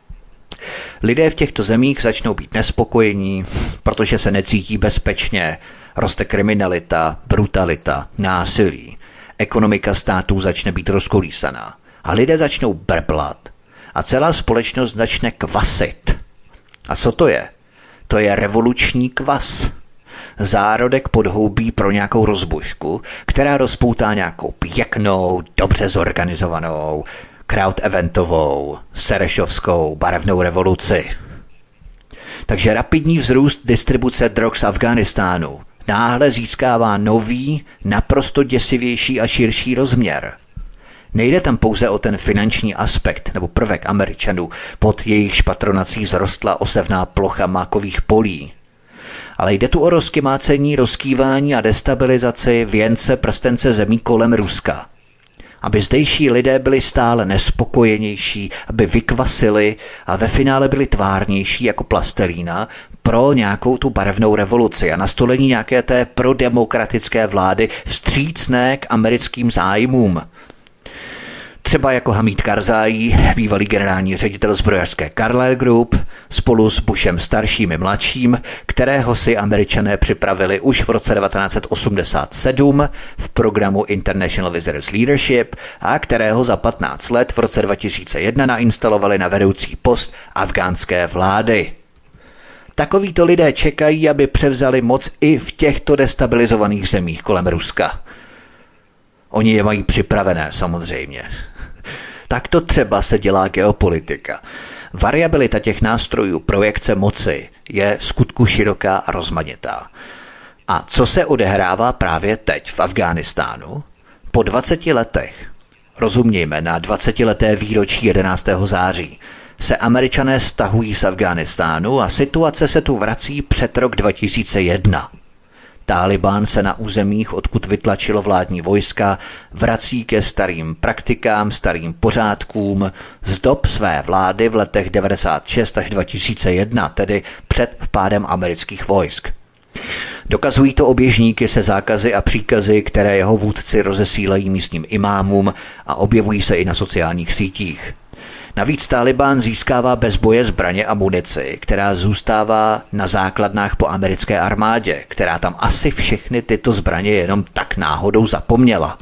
Lidé v těchto zemích začnou být nespokojení, protože se necítí bezpečně, roste kriminalita, brutalita, násilí. Ekonomika států začne být rozkolísaná a lidé začnou brblat a celá společnost začne kvasit. A co to je? To je revoluční kvas. Zárodek podhoubí pro nějakou rozbušku, která rozpoutá nějakou pěknou, dobře zorganizovanou, crowd-eventovou, serešovskou barevnou revoluci. Takže rapidní vzrůst distribuce drog z Afghánistánu náhle získává nový, naprosto děsivější a širší rozměr. Nejde tam pouze o ten finanční aspekt nebo prvek Američanů, pod jejichž patronací zrostla osevná plocha mákových polí. Ale jde tu o rozkymácení, rozkývání a destabilizaci věnce prstence zemí kolem Ruska. Aby zdejší lidé byli stále nespokojenější, aby vykvasili a ve finále byli tvárnější jako plastelína pro nějakou tu barevnou revoluci a nastolení nějaké té prodemokratické vlády vstřícné k americkým zájmům. Třeba jako Hamid Karzai, bývalý generální ředitel zbrojařské Carlyle Group, spolu s Bushem starším i mladším, kterého si Američané připravili už v roce 1987 v programu International Visitors Leadership a kterého za 15 let v roce 2001 nainstalovali na vedoucí post afgánské vlády. Takovýto lidé čekají, aby převzali moc i v těchto destabilizovaných zemích kolem Ruska. Oni je mají připravené samozřejmě. Tak to třeba se dělá geopolitika. Variabilita těch nástrojů projekce moci je v skutku široká a rozmanitá. A co se odehrává právě teď v Afghánistánu? Po 20 letech, rozumějme na 20leté výročí 11. září, se Američané stahují z Afghánistánu a situace se tu vrací před rok 2001. Tálibán se na územích, odkud vytlačilo vládní vojska, vrací ke starým praktikám, starým pořádkům z dob své vlády v letech 96 až 2001, tedy před vpádem amerických vojsk. Dokazují to oběžníky se zákazy a příkazy, které jeho vůdci rozesílají místním imámům a objevují se i na sociálních sítích. Navíc Tálibán získává bez boje zbraně a munici, která zůstává na základnách po americké armádě, která tam asi všechny tyto zbraně jenom tak náhodou zapomněla.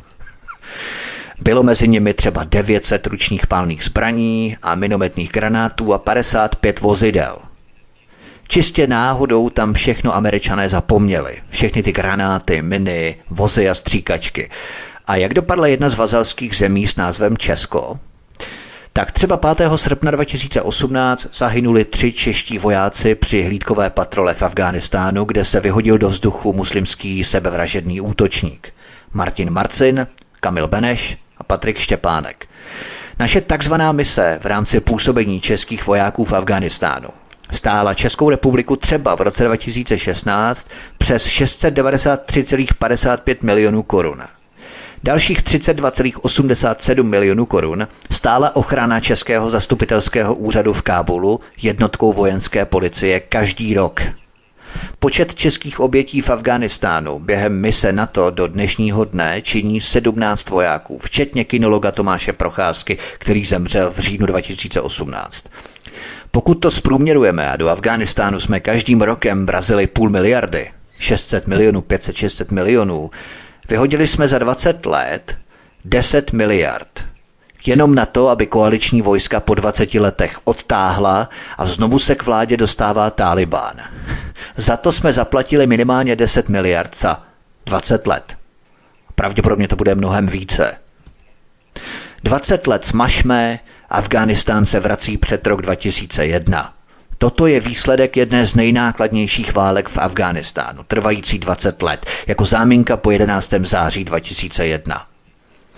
Bylo mezi nimi třeba 900 ručních palných zbraní a minometných granátů a 55 vozidel. Čistě náhodou tam všechno Američané zapomněli. Všechny ty granáty, miny, vozy a stříkačky. A jak dopadla jedna z vazalských zemí s názvem Česko? Tak třeba 5. srpna 2018 zahynuli 3 čeští vojáci při hlídkové patrole v Afghánistánu, kde se vyhodil do vzduchu muslimský sebevražedný útočník. Martin Marcin, Kamil Beneš a Patrik Štěpánek. Naše takzvaná mise v rámci působení českých vojáků v Afghánistánu stála Českou republiku třeba v roce 2016 přes 693,55 milionů korun. Dalších 32,87 milionů korun stála ochrana Českého zastupitelského úřadu v Kábulu jednotkou vojenské policie každý rok. Počet českých obětí v Afghánistánu během mise NATO do dnešního dne činí 17 vojáků, včetně kinologa Tomáše Procházky, který zemřel v říjnu 2018. Pokud to zprůměrujeme a do Afghánistánu jsme každým rokem vrazili 500 miliardy, 600 milionů, 500, 600 milionů, vyhodili jsme za 20 let 10 miliard. Jenom na to, aby koaliční vojska po 20 letech odtáhla a znovu se k vládě dostává Tálibán. Za to jsme zaplatili minimálně 10 miliard za 20 let. Pravděpodobně to bude mnohem více. 20 let smažme, Afghánistán se vrací před rok 2001. Toto je výsledek jedné z nejnákladnějších válek v Afghánistánu, trvající 20 let, jako záminka po 11. září 2001.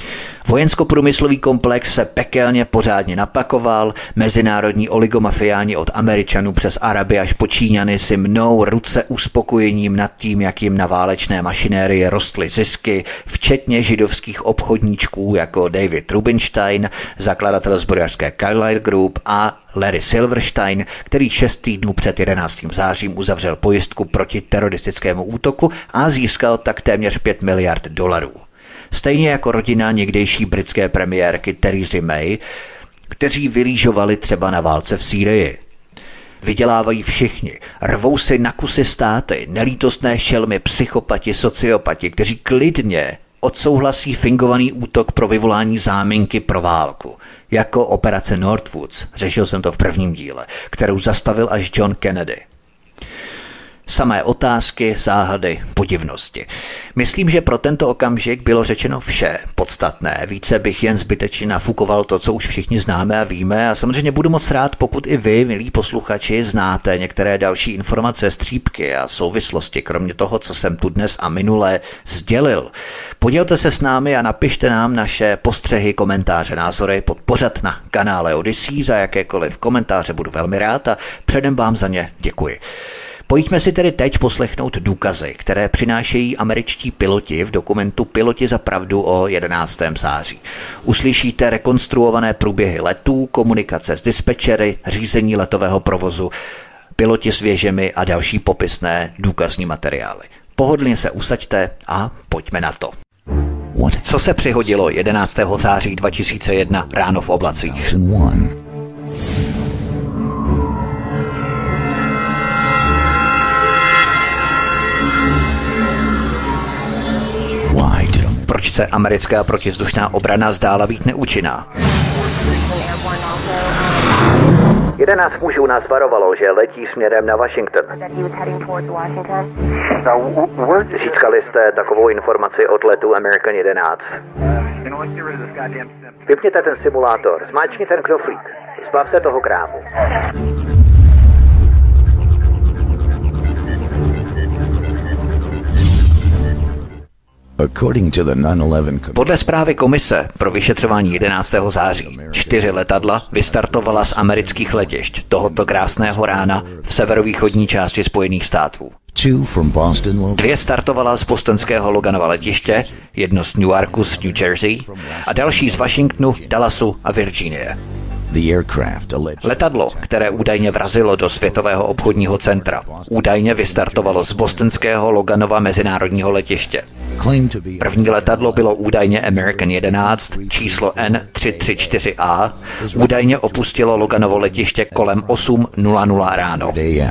Vojensko-průmyslový komplex se pekelně pořádně napakoval, mezinárodní oligomafiáni od Američanů přes Araby až po Číňany si mnou ruce uspokojením nad tím, jak jim na válečné mašinérii rostly zisky, včetně židovských obchodníčků jako David Rubinstein, zakladatel zbrojařské Carlyle Group, a Larry Silverstein, který 6 týdnů před 11. zářím uzavřel pojistku proti teroristickému útoku a získal tak téměř $5 miliard. Stejně jako rodina někdejší britské premiérky Theresa May, kteří vylížovali třeba na válce v Sýrii. Vydělávají všichni, rvou si na kusy státy, nelítostné šelmy, psychopati, sociopati, kteří klidně odsouhlasí fingovaný útok pro vyvolání záminky pro válku, jako operace Northwoods, řešil jsem to v prvním díle, kterou zastavil až John Kennedy. Samé otázky, záhady, podivnosti. Myslím, že pro tento okamžik bylo řečeno vše podstatné. Více bych jen zbytečně nafukoval to, co už všichni známe a víme, a samozřejmě budu moc rád, pokud i vy, milí posluchači, znáte některé další informace, střípky a souvislosti, kromě toho, co jsem tu dnes a minule sdělil. Podělte se s námi a napište nám naše postřehy, komentáře, názory pod pořad na kanále Odyssey. Za jakékoliv komentáře budu velmi rád a předem vám za ně děkuji. Pojďme si tedy teď poslechnout důkazy, které přinášejí američtí piloti v dokumentu Piloti za pravdu o 11. září. Uslyšíte rekonstruované průběhy letů, komunikace s dispečery, řízení letového provozu, piloti s věžemi a další popisné důkazní materiály. Pohodlně se usaďte a pojďme na to. Co se přihodilo 11. září 2001 ráno v oblacích? Proč se americká protivzdušná obrana zdála být neúčinná? 11 mužů nás varovalo, že letí směrem na Washington. Získali jste takovou informaci od letu American 11. Vypněte ten simulátor, zmáčkni ten knoflík, zbav se toho krámu. Podle zprávy komise pro vyšetřování 11. září 4 letadla vystartovala z amerických letišť tohoto krásného rána v severovýchodní části Spojených států. 2 startovala z bostonského Loganova letiště, jedno z Newarku z New Jersey a další z Washingtonu, Dallasu a Virginie. Letadlo, které údajně vrazilo do Světového obchodního centra, údajně vystartovalo z bostonského Loganova mezinárodního letiště. První letadlo bylo údajně American 11, číslo N334A, údajně opustilo Loganovo letiště kolem 8:00 ráno.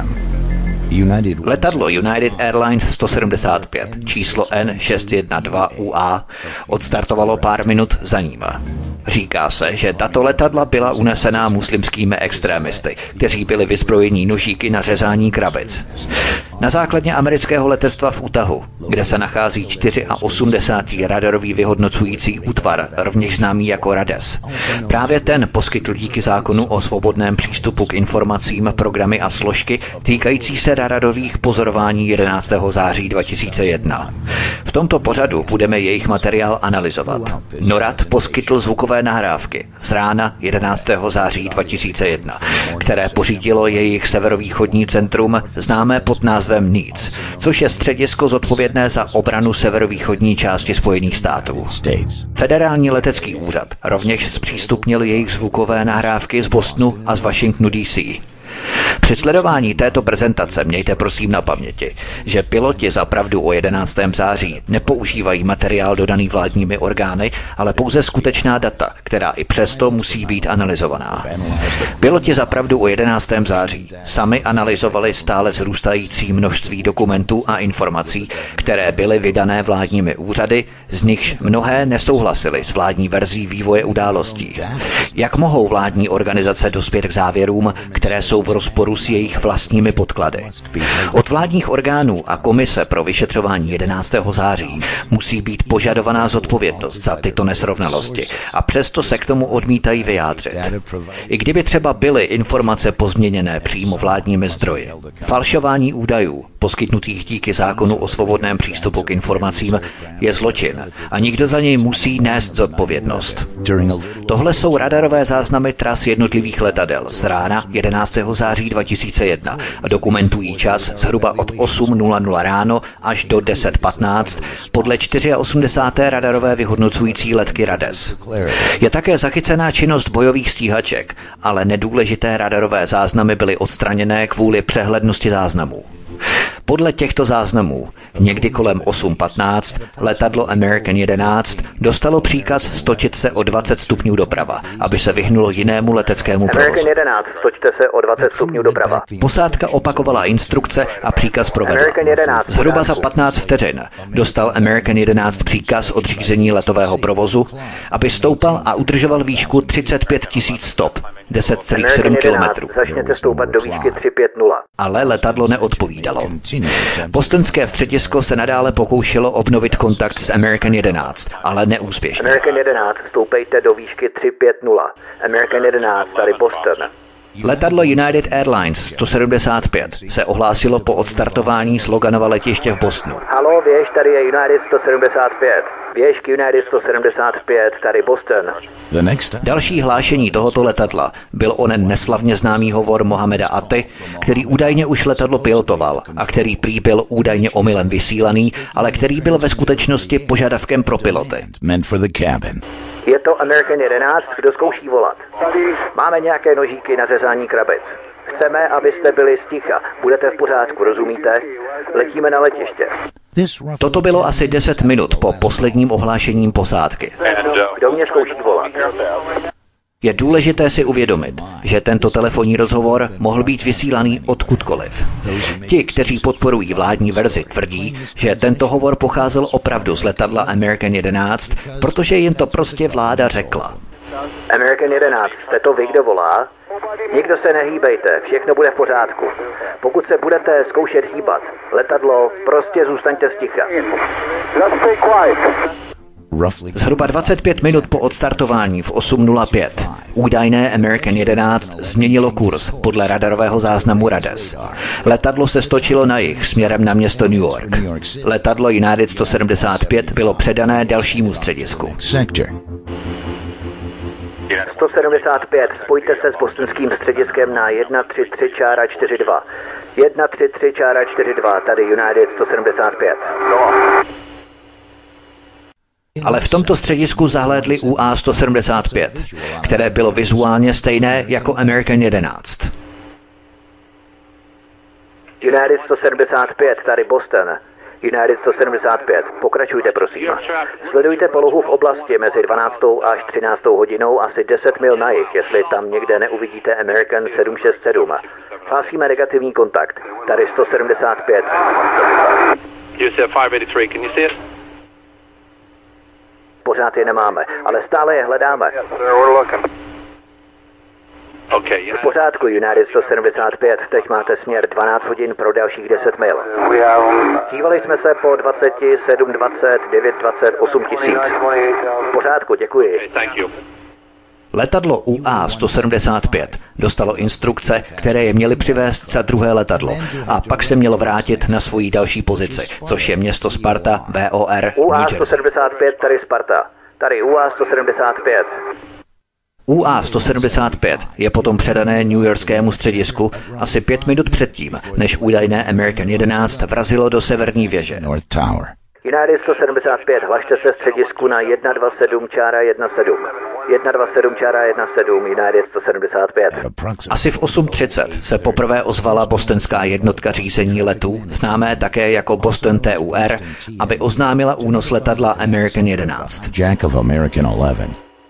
Letadlo United Airlines 175, číslo N612UA, odstartovalo pár minut za ním. Říká se, že tato letadla byla unesená muslimskými extrémisty, kteří byli vyzbrojení nožíky na řezání krabic. Na základně amerického letectva v Utahu, kde se nachází 84. radarový vyhodnocující útvar, rovněž známý jako RADES. Právě ten poskytl díky zákonu o svobodném přístupu k informacím programy a složky týkající se radarových pozorování 11. září 2001. V tomto pořadu budeme jejich materiál analyzovat. NORAD poskytl zvukové nahrávky z rána 11. září 2001, které pořídilo jejich severovýchodní centrum známé pod názvem NEADS, což je středisko zodpovědné za obranu severovýchodní části Spojených států. Federální letecký úřad rovněž zpřístupnil jejich zvukové nahrávky z Bostonu a z Washingtonu DC. Při sledování této prezentace mějte prosím na paměti, že piloti za pravdu o 11. září nepoužívají materiál dodaný vládními orgány, ale pouze skutečná data, která i přesto musí být analyzovaná. Piloti za pravdu o 11. září sami analyzovali stále vzrůstající množství dokumentů a informací, které byly vydané vládními úřady, z nichž mnohé nesouhlasily s vládní verzí vývoje událostí. Jak mohou vládní organizace dospět k závěrům, které jsou v rozporu s jejich vlastními podklady. Od vládních orgánů a komise pro vyšetřování 11. září musí být požadovaná zodpovědnost za tyto nesrovnalosti a přesto se k tomu odmítají vyjádřit. I kdyby třeba byly informace pozměněné přímo vládními zdroji. Falšování údajů, poskytnutých díky zákonu o svobodném přístupu k informacím, je zločin a nikdo za něj musí nést zodpovědnost. Tohle jsou radarové záznamy tras jednotlivých letadel z rána 11. září 2001 a dokumentují čas zhruba od 8:00 ráno až do 10:15 podle 84. radarové vyhodnocující letky RADES. Je také zachycená činnost bojových stíhaček, ale nedůležité radarové záznamy byly odstraněné kvůli přehlednosti záznamů. Podle těchto záznamů někdy kolem 8:15 letadlo American 11 dostalo příkaz stočit se o 20 stupňů doprava, aby se vyhnulo jinému leteckému provozu. American 11, stočte se o 20 stupňů doprava. Posádka opakovala instrukce a příkaz provedla. Zhruba za 15 vteřin dostal American 11 příkaz o řízení letového provozu, aby stoupal a udržoval výšku 35 000 stop. 10,7 kilometrů. Začněte stoupat do výšky 350. Ale letadlo neodpovídalo. Bostonské středisko se nadále pokoušelo obnovit kontakt s American 11, ale neúspěšně. American 11, stoupejte do výšky 350. American 11, tady Boston. Letadlo United Airlines 175 se ohlásilo po odstartování z Loganova letiště v Bostonu. Haló, běž, tady je United 175. Běž k United 175, tady Boston. Další hlášení tohoto letadla byl onen neslavně známý hovor Mohameda Aty, který údajně už letadlo pilotoval a který prý byl údajně omylem vysílaný, ale který byl ve skutečnosti požadavkem pro piloty. Je to American 11, kdo zkouší volat. Máme nějaké nožíky na řezání krabic. Chceme, abyste byli sticha. Budete v pořádku, rozumíte? Letíme na letiště. Toto bylo asi 10 minut po posledním ohlášením posádky. Kdo mě zkouší volat? Je důležité si uvědomit, že tento telefonní rozhovor mohl být vysílaný odkudkoliv. Ti, kteří podporují vládní verzi, tvrdí, že tento hovor pocházel opravdu z letadla American 11, protože jim to prostě vláda řekla. American 11, jste to vy, kdo volá? Nikdo se nehýbejte, všechno bude v pořádku. Pokud se budete zkoušet hýbat, letadlo, prostě zůstaňte sticha. Zhruba 25 minut po odstartování v 8:05 údajné American 11 změnilo kurz podle radarového záznamu RADES. Letadlo se stočilo na jih směrem na město New York. Letadlo United 175 bylo předané dalšímu středisku. 175, spojte se s bostonským střediskem na 133-42. 133-42, tady United 175. Ale v tomto středisku zahlédli UA-175, které bylo vizuálně stejné jako American 11. United 175, tady Boston. United 175, pokračujte prosím. Sledujte polohu v oblasti mezi 12. až 13. hodinou asi 10 mil na jih, jestli tam někde neuvidíte American 767. Hlásíme negativní kontakt, tady 175. Pořád je nemáme, ale stále je hledáme. V pořádku, United 175, teď máte směr 12 hodin pro dalších 10 mil. Dívali jsme se po 20, 7, 20, 9, 20, 8 tisíc. V pořádku, děkuji. Letadlo UA-175 dostalo instrukce, které je měly přivést za druhé letadlo a pak se mělo vrátit na svoji další pozici, což je město Sparta, VOR, UA-175, tady Sparta, tady UA-175. UA-175 je potom předané newyorskému středisku asi 5 minut předtím, než údajné American 11 vrazilo do severní věže. United 175, hlašte se středisku na 127-17. 127-17, United 175. Asi v 8:30 se poprvé ozvala bostonská jednotka řízení letů, známé také jako Boston TUR, aby oznámila únos letadla American 11. Jack of American 11.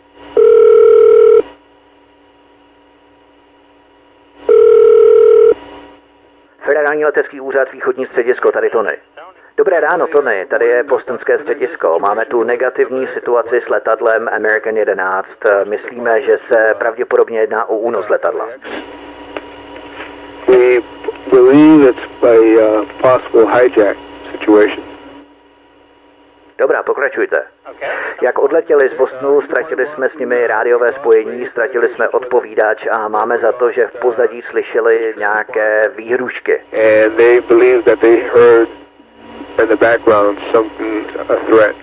Federální letecký úřad východní středisko, tady Tony. Dobré ráno, Tony, tady je bostonské středisko. Máme tu negativní situaci s letadlem American 11. Myslíme, že se pravděpodobně jedná o únos letadla. We believe it's a possible hijack situation. Dobrá, pokračujte. Jak odletěli z Bostonu, ztratili jsme s nimi rádiové spojení, ztratili jsme odpovídač a máme za to, že v pozadí slyšeli nějaké výhrušky. And they believe that they heard in the background something, a threat.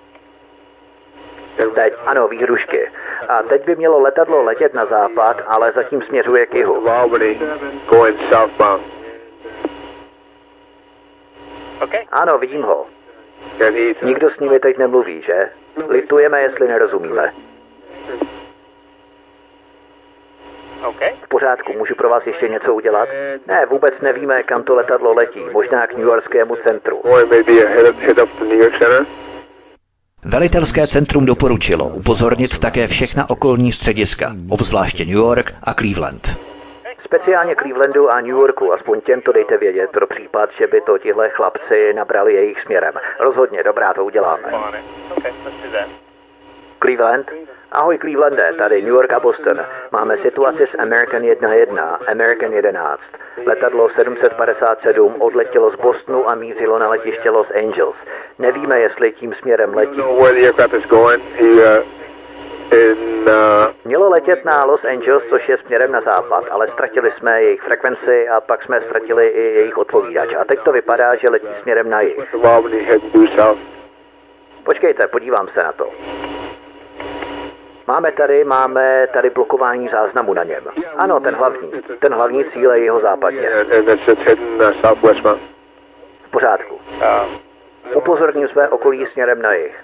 Teď, ano, výhrušky. A teď by mělo letadlo letět na západ, ale zatím směřuje k jihu. Going southbound. Ano, vidím ho. Nikdo s nimi teď nemluví, že? Litujeme, jestli nerozumíme. V pořádku, můžu pro vás ještě něco udělat? Ne, vůbec nevíme, kam to letadlo letí. Možná k newyorskému centru. Velitelské centrum doporučilo upozornit také všechna okolní střediska, obzvláště New York a Cleveland. Speciálně Clevelandu a New Yorku, aspoň těmto dejte vědět pro případ, že by to tihle chlapci nabrali jejich směrem. Rozhodně, dobrá, to uděláme. Cleveland? Ahoj Clevelande, tady New York a Boston. Máme situaci s American 11, American 11. Letadlo 757 odletělo z Bostonu a mířilo na letiště Los Angeles. Nevíme, jestli tím směrem letí. Mělo letět na Los Angeles, což je směrem na západ, ale ztratili jsme jejich frekvenci a pak jsme ztratili i jejich odpovídač. A teď to vypadá, že letí směrem na jih. Počkejte, podívám se na to. Máme tady blokování záznamu na něm. Ano, ten hlavní cíl je jihozápadně. V pořádku. Upozorním své okolí směrem na jih.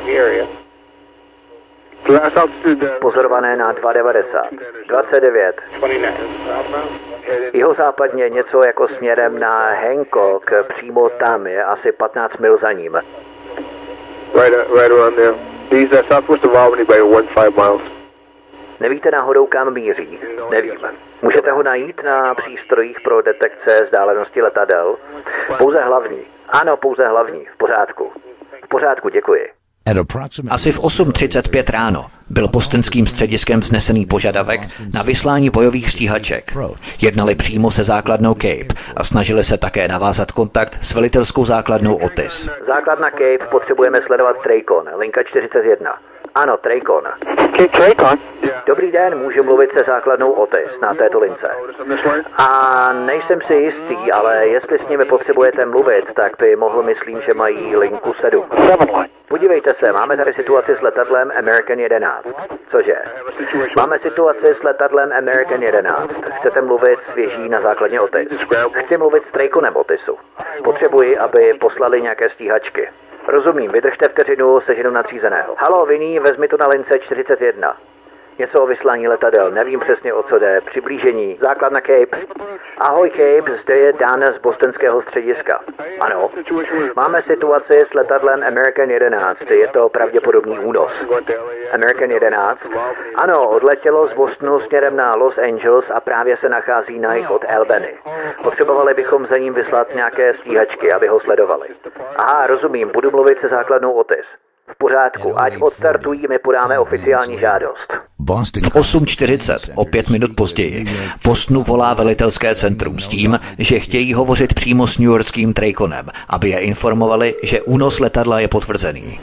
Pozorované na 290, 29. Jihozápadně něco jako směrem na Hancock, přímo tam je asi 15 mil za ním. Right around there. These southwest of Albany by 15 miles. Nevíte náhodou, kam míří? Nevím. Můžete ho najít na přístrojích pro detekce vzdálenosti letadel? Pouze hlavní. Ano, pouze hlavní. V pořádku. V pořádku, děkuji. Asi v 8:35 ráno byl bostonským střediskem vznesený požadavek na vyslání bojových stíhaček. Jednali přímo se základnou Cape a snažili se také navázat kontakt s velitelskou základnou Otis. Základna Cape, potřebujeme sledovat Tracon, linka 41. Ano, Tracon. Tracon? Dobrý den, můžu mluvit se základnou Otis na této lince. A nejsem si jistý, ale jestli s nimi potřebujete mluvit, tak by mohl, myslím, že mají linku 7. Podívejte se, máme tady situaci s letadlem American 11. Cože? Máme situaci s letadlem American 11. Chcete mluvit s věží na základně Otis? Chci mluvit s Traconem Otisu. Potřebuji, aby poslali nějaké stíhačky. Rozumím, vydržte vteřinu, seženu nadřízeného. Halo, Vinny, vezmi to na lince 41. Něco o vyslání letadel, nevím přesně o co jde. Přiblížení, základna Cape. Ahoj Cape, zde je Dan z bostonského střediska. Ano, máme situaci s letadlem American 11, je to pravděpodobný únos. American 11? Ano, odletělo z Bostonu směrem na Los Angeles a právě se nachází na jih od Albany. Potřebovali bychom za ním vyslat nějaké stíhačky, aby ho sledovali. Aha, rozumím, budu mluvit se základnou Otis. V pořádku, ať odstartují, my podáme oficiální žádost. V 8:40, o 5 minut později, Bostonu volá velitelské centrum s tím, že chtějí hovořit přímo s newyorským Traconem, aby je informovali, že únos letadla je potvrzený.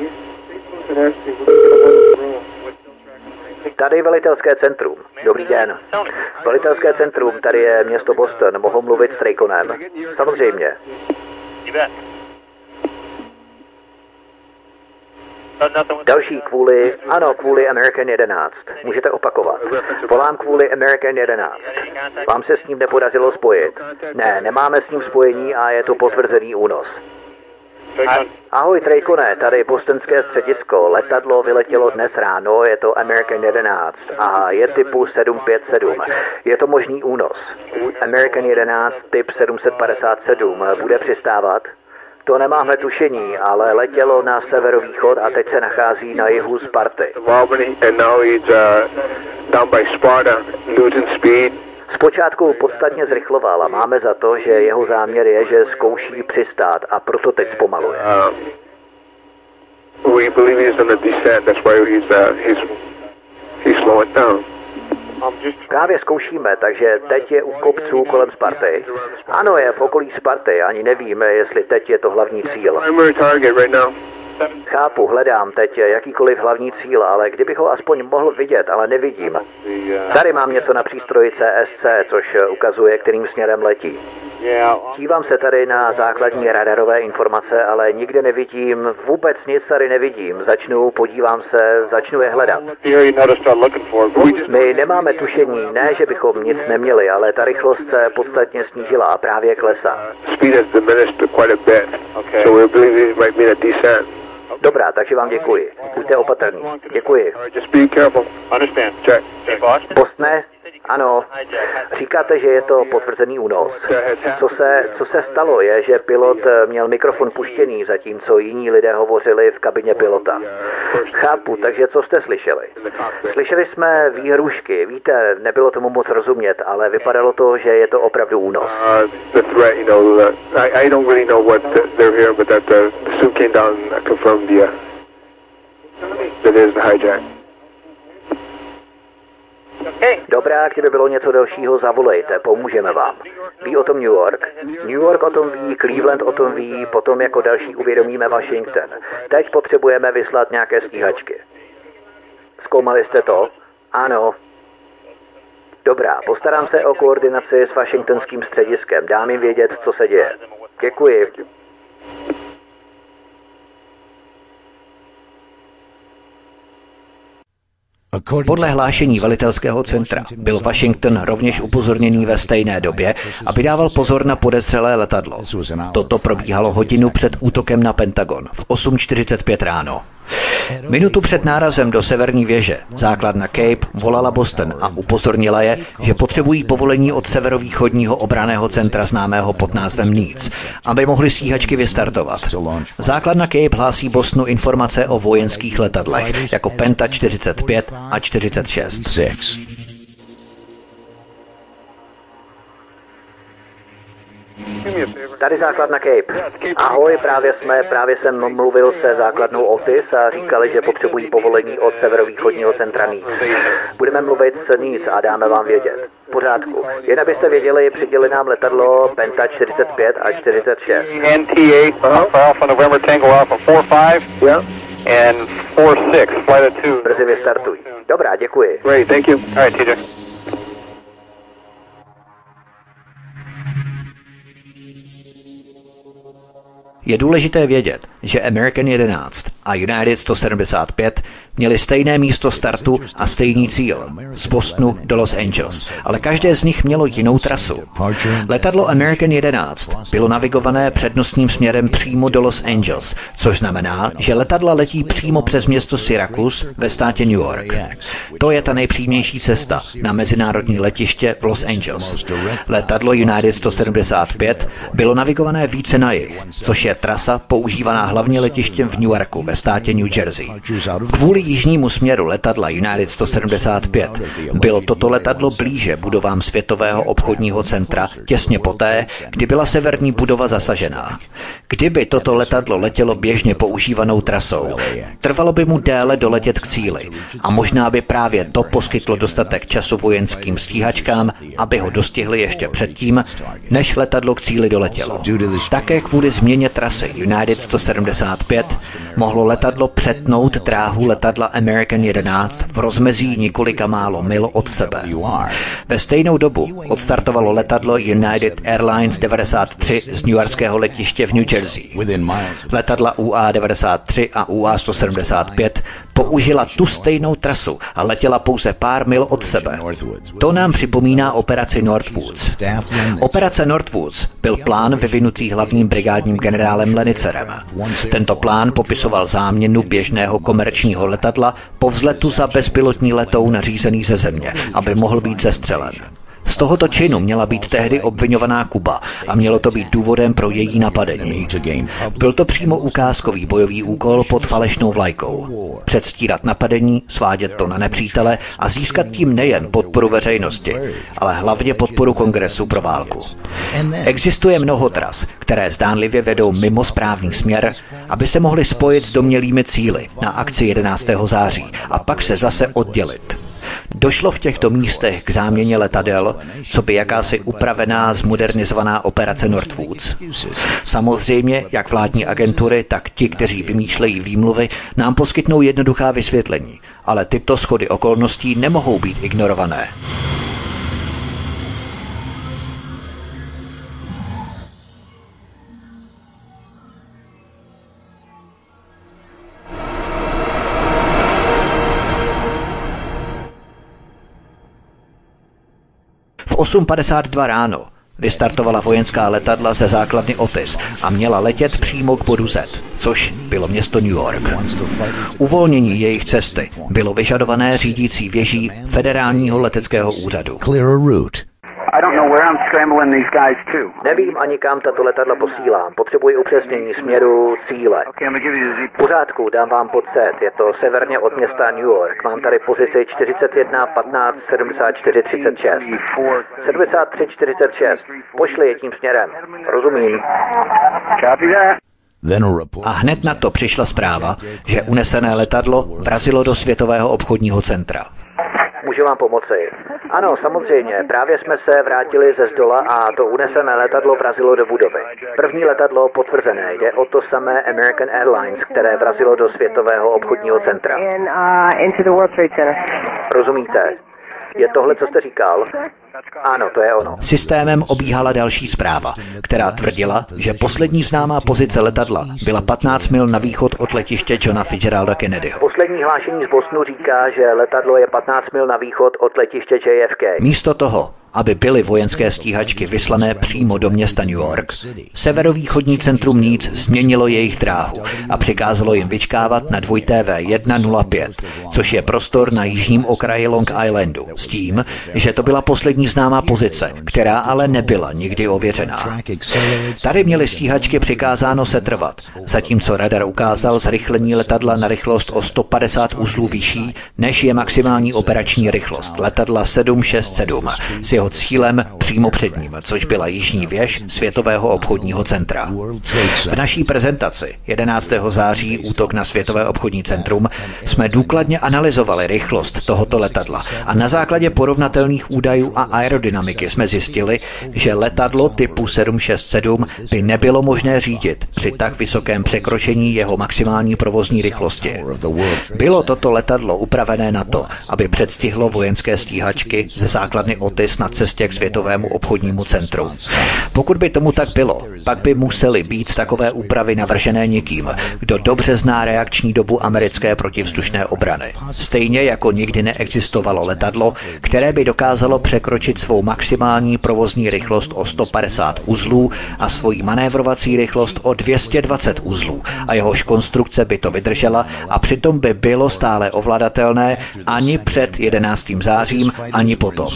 Tady velitelské centrum. Dobrý den. Velitelské centrum, tady je město Boston, mohu mluvit s Traconem? Samozřejmě. Další kvůli American 11. Můžete opakovat. Volám kvůli American 11. Vám se s ním nepodařilo spojit? Ne, nemáme s ním spojení a je to potvrzený únos. Ahoj Tracone, tady bostonské středisko. Letadlo vyletělo dnes ráno, je to American 11 a je typu 757. Je to možný únos. American 11 typ 757 bude přistávat? To nemáme tušení, ale letělo na severovýchod a teď se nachází na jihu Sparty. Zpočátku podstatně zrychloval a máme za to, že jeho záměr je, že zkouší přistát a proto teď zpomaluje. Právě zkoušíme, takže teď je u kopců kolem Sparty. Ano, je v okolí Sparty, ani nevíme, jestli teď je to hlavní cíl. Chápu, hledám teď jakýkoliv hlavní cíl, ale kdybych ho aspoň mohl vidět, ale nevidím. Tady mám něco na přístroji CSC, což ukazuje, kterým směrem letí. Dívám se tady na základní radarové informace, ale nikde nevidím, vůbec nic tady nevidím. Podívám se, začnu je hledat. My nemáme tušení, ne, že bychom nic neměli, ale ta rychlost se podstatně snížila a právě klesá. Dobrá, takže vám děkuji. Buďte opatrní. Děkuji. Postne? Ano. Říkáte, že je to potvrzený únos. Co se stalo je, že pilot měl mikrofon puštěný, zatímco jiní lidé hovořili v kabině pilota. Chápu, takže co jste slyšeli? Slyšeli jsme výhrušky. Víte, nebylo tomu moc rozumět, ale vypadalo to, že je to opravdu únos. Dobrá, kdyby bylo něco dalšího, zavolejte, pomůžeme vám. Ví o tom New York? New York o tom ví, Cleveland o tom ví, potom jako další uvědomíme Washington. Teď potřebujeme vyslat nějaké stíhačky. Zkoumali jste to? Ano. Dobrá, postarám se o koordinaci s washingtonským střediskem, dám jim vědět, co se děje. Děkuji. Podle hlášení velitelského centra byl Washington rovněž upozorněný ve stejné době, aby dával pozor na podezřelé letadlo. Toto probíhalo hodinu před útokem na Pentagon v 8:45 ráno. Minutu před nárazem do severní věže základna Cape volala Boston a upozornila je, že potřebují povolení od severovýchodního obranného centra známého pod názvem NEADS, aby mohli stíhačky vystartovat. Základna Cape hlásí Bostonu informace o vojenských letadlech, jako Penta 45 a 46. Tady základna Cape. Ahoj, právě jsem mluvil se základnou Otis a říkali, že potřebují povolení od severovýchodního centra NEADS. Budeme mluvit s NEADS a dáme vám vědět. V pořádku. Jen abyste věděli, přiděli nám letadlo Penta 45 a 46. NT8, Alpha November Tango Alpha 45. Yeah. And 46, flight of 2. Brzy vystartuj. Dobrá, děkuji. Great, thank you. All right, TJ. Je důležité vědět, že American 11 a United 175 měli stejné místo startu a stejný cíl z Bostonu do Los Angeles, ale každé z nich mělo jinou trasu. Letadlo American 11 bylo navigované přednostním směrem přímo do Los Angeles, což znamená, že letadla letí přímo přes město Syracuse ve státě New York. To je ta nejpřímější cesta na mezinárodní letiště v Los Angeles. Letadlo United 175 bylo navigované více na jih, což je trasa používaná hlavně letištěm v Newarku ve státě New Jersey. Kvůli jižnímu směru letadla United 175 bylo toto letadlo blíže budovám Světového obchodního centra těsně poté, kdy byla severní budova zasažená. Kdyby toto letadlo letělo běžně používanou trasou, trvalo by mu déle doletět k cíli a možná by právě to poskytlo dostatek času vojenským stíhačkám, aby ho dostihli ještě předtím, než letadlo k cíli doletělo. Také kvůli změně trasy United 175 mohlo letadlo přetnout dráhu letadla American 11 v rozmezí několika málo mil od sebe. Ve stejnou dobu odstartovalo letadlo United Airlines 93 z newyorského letiště v New Jersey. Letadla UA-93 a UA-175 použila tu stejnou trasu a letěla pouze pár mil od sebe. To nám připomíná operaci Northwoods. Operace Northwoods byl plán vyvinutý hlavním brigádním generálem Lenicerem. Tento plán popisoval záměnu běžného komerčního letadla po vzletu za bezpilotní letoun řízený ze země, aby mohl být zestřelen. Z tohoto činu měla být tehdy obviňovaná Kuba a mělo to být důvodem pro její napadení. Byl to přímo ukázkový bojový úkol pod falešnou vlajkou. Předstírat napadení, svádět to na nepřítele a získat tím nejen podporu veřejnosti, ale hlavně podporu Kongresu pro válku. Existuje mnoho tras, které zdánlivě vedou mimo správný směr, aby se mohly spojit s domnělými cíli na akci 11. září a pak se zase oddělit. Došlo v těchto místech k záměně letadel, co by jakási upravená, zmodernizovaná operace Northwoods. Samozřejmě, jak vládní agentury, tak ti, kteří vymýšlejí výmluvy, nám poskytnou jednoduchá vysvětlení, ale tyto shody okolností nemohou být ignorované. V 8:52 ráno vystartovala vojenská letadla ze základny Otis a měla letět přímo k bodu Z, což bylo město New York. Uvolnění jejich cesty bylo vyžadované řídící věží Federálního leteckého úřadu. Nevím ani kam tato letadla posílám. Potřebuji upřesnění směru cíle. V pořádku, dám vám pod set. Je to severně od města New York. Mám tady pozici 41 15 74 36. 73 46. Pošli je tím směrem. Rozumím. A hned na to přišla zpráva, že unesené letadlo vrazilo do Světového obchodního centra. Můžu vám pomoci? Ano, samozřejmě. Právě jsme se vrátili ze zdola a to unesené letadlo vrazilo do budovy. První letadlo potvrzené. Jde o to samé American Airlines, které vrazilo do Světového obchodního centra. Rozumíte? Je tohle, co jste říkal? Ano, to je ono. Systémem obíhala další zpráva, která tvrdila, že poslední známá pozice letadla byla 15 mil na východ od letiště Johna Fitzgeralda Kennedyho. Poslední hlášení z Bostonu říká, že letadlo je 15 mil na východ od letiště JFK. Místo toho, aby byly vojenské stíhačky vyslané přímo do města New York, severovýchodní centrum NEADS změnilo jejich dráhu a přikázalo jim vyčkávat na 2TV105, což je prostor na jižním okraji Long Islandu, s tím, že to byla poslední známá pozice, která ale nebyla nikdy ověřená. Tady měly stíhačky přikázáno setrvat, zatímco radar ukázal zrychlení letadla na rychlost o 150 uzlů vyšší, než je maximální operační rychlost letadla 767 s jeho cílem přímo před ním, což byla jižní věž Světového obchodního centra. V naší prezentaci 11. září útok na Světové obchodní centrum jsme důkladně analyzovali rychlost tohoto letadla a na základě porovnatelných údajů a aerodynamiky jsme zjistili, že letadlo typu 767 by nebylo možné řídit při tak vysokém překročení jeho maximální provozní rychlosti. Bylo toto letadlo upravené na to, aby předstihlo vojenské stíhačky ze základny Otis na cestě k Světovému obchodnímu centru. Pokud by tomu tak bylo, pak by musely být takové úpravy navržené někým, kdo dobře zná reakční dobu americké protivzdušné obrany. Stejně jako nikdy neexistovalo letadlo, které by dokázalo překročit svou maximální provozní rychlost o 150 uzlů a svoji manévrovací rychlost o 220 uzlů a jehož konstrukce by to vydržela a přitom by bylo stále ovladatelné ani před 11. zářím, ani potom.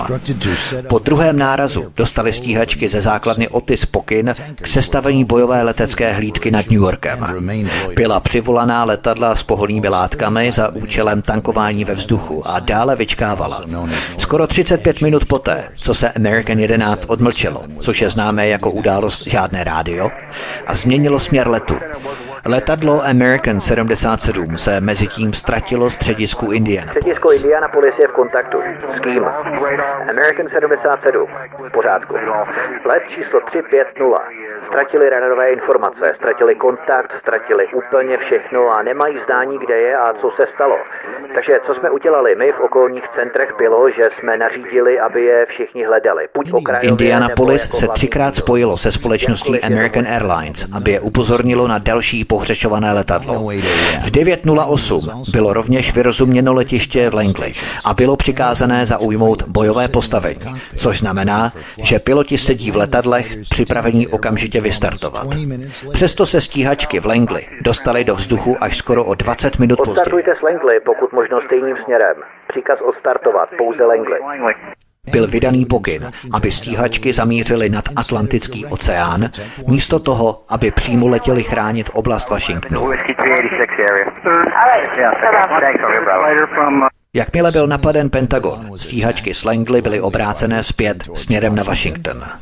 Po druhém nárazu dostali stíhačky ze základny Otis pokyn k sestavení bojové letecké hlídky nad New Yorkem. Byla přivolaná letadla s pohonnými látkami za účelem tankování ve vzduchu a dále vyčkávala. Skoro 35 minut poté, co se American 11 odmlčelo, což je známé jako událost žádné rádio, a změnilo směr letu. Letadlo American 77 se mezitím ztratilo středisku Indianapolis. Středisko Indianapolis je v kontaktu. S kým? American 77. V pořádku. Let číslo 350. Ztratili radarové informace, ztratili kontakt, ztratili úplně všechno a nemají zdání, kde je a co se stalo. Takže co jsme udělali my v okolních centrech bylo, že jsme nařídili, aby je všichni hledali. Indianapolis se 3krát spojilo se společností American Airlines, aby je upozornilo na další pohřešované letadlo. V 9:08 bylo rovněž vyrozuměno letiště v Langley a bylo přikázané zaujmout bojové postavení, což znamená, že piloti sedí v letadlech připravení okamžitě vystartovat. Přesto se stíhačky v Langley dostaly do vzduchu až skoro o 20 minut později. Odstartujte z Langley, pokud možno stejným směrem. Příkaz odstartovat, pouze Langley. Byl vydaný pokyn, aby stíhačky zamířily nad Atlantický oceán, místo toho, aby přímo letěli chránit oblast Washingtonu. Jakmile byl napaden Pentagon, stíhačky z Langley byly obrácené zpět směrem na Washington.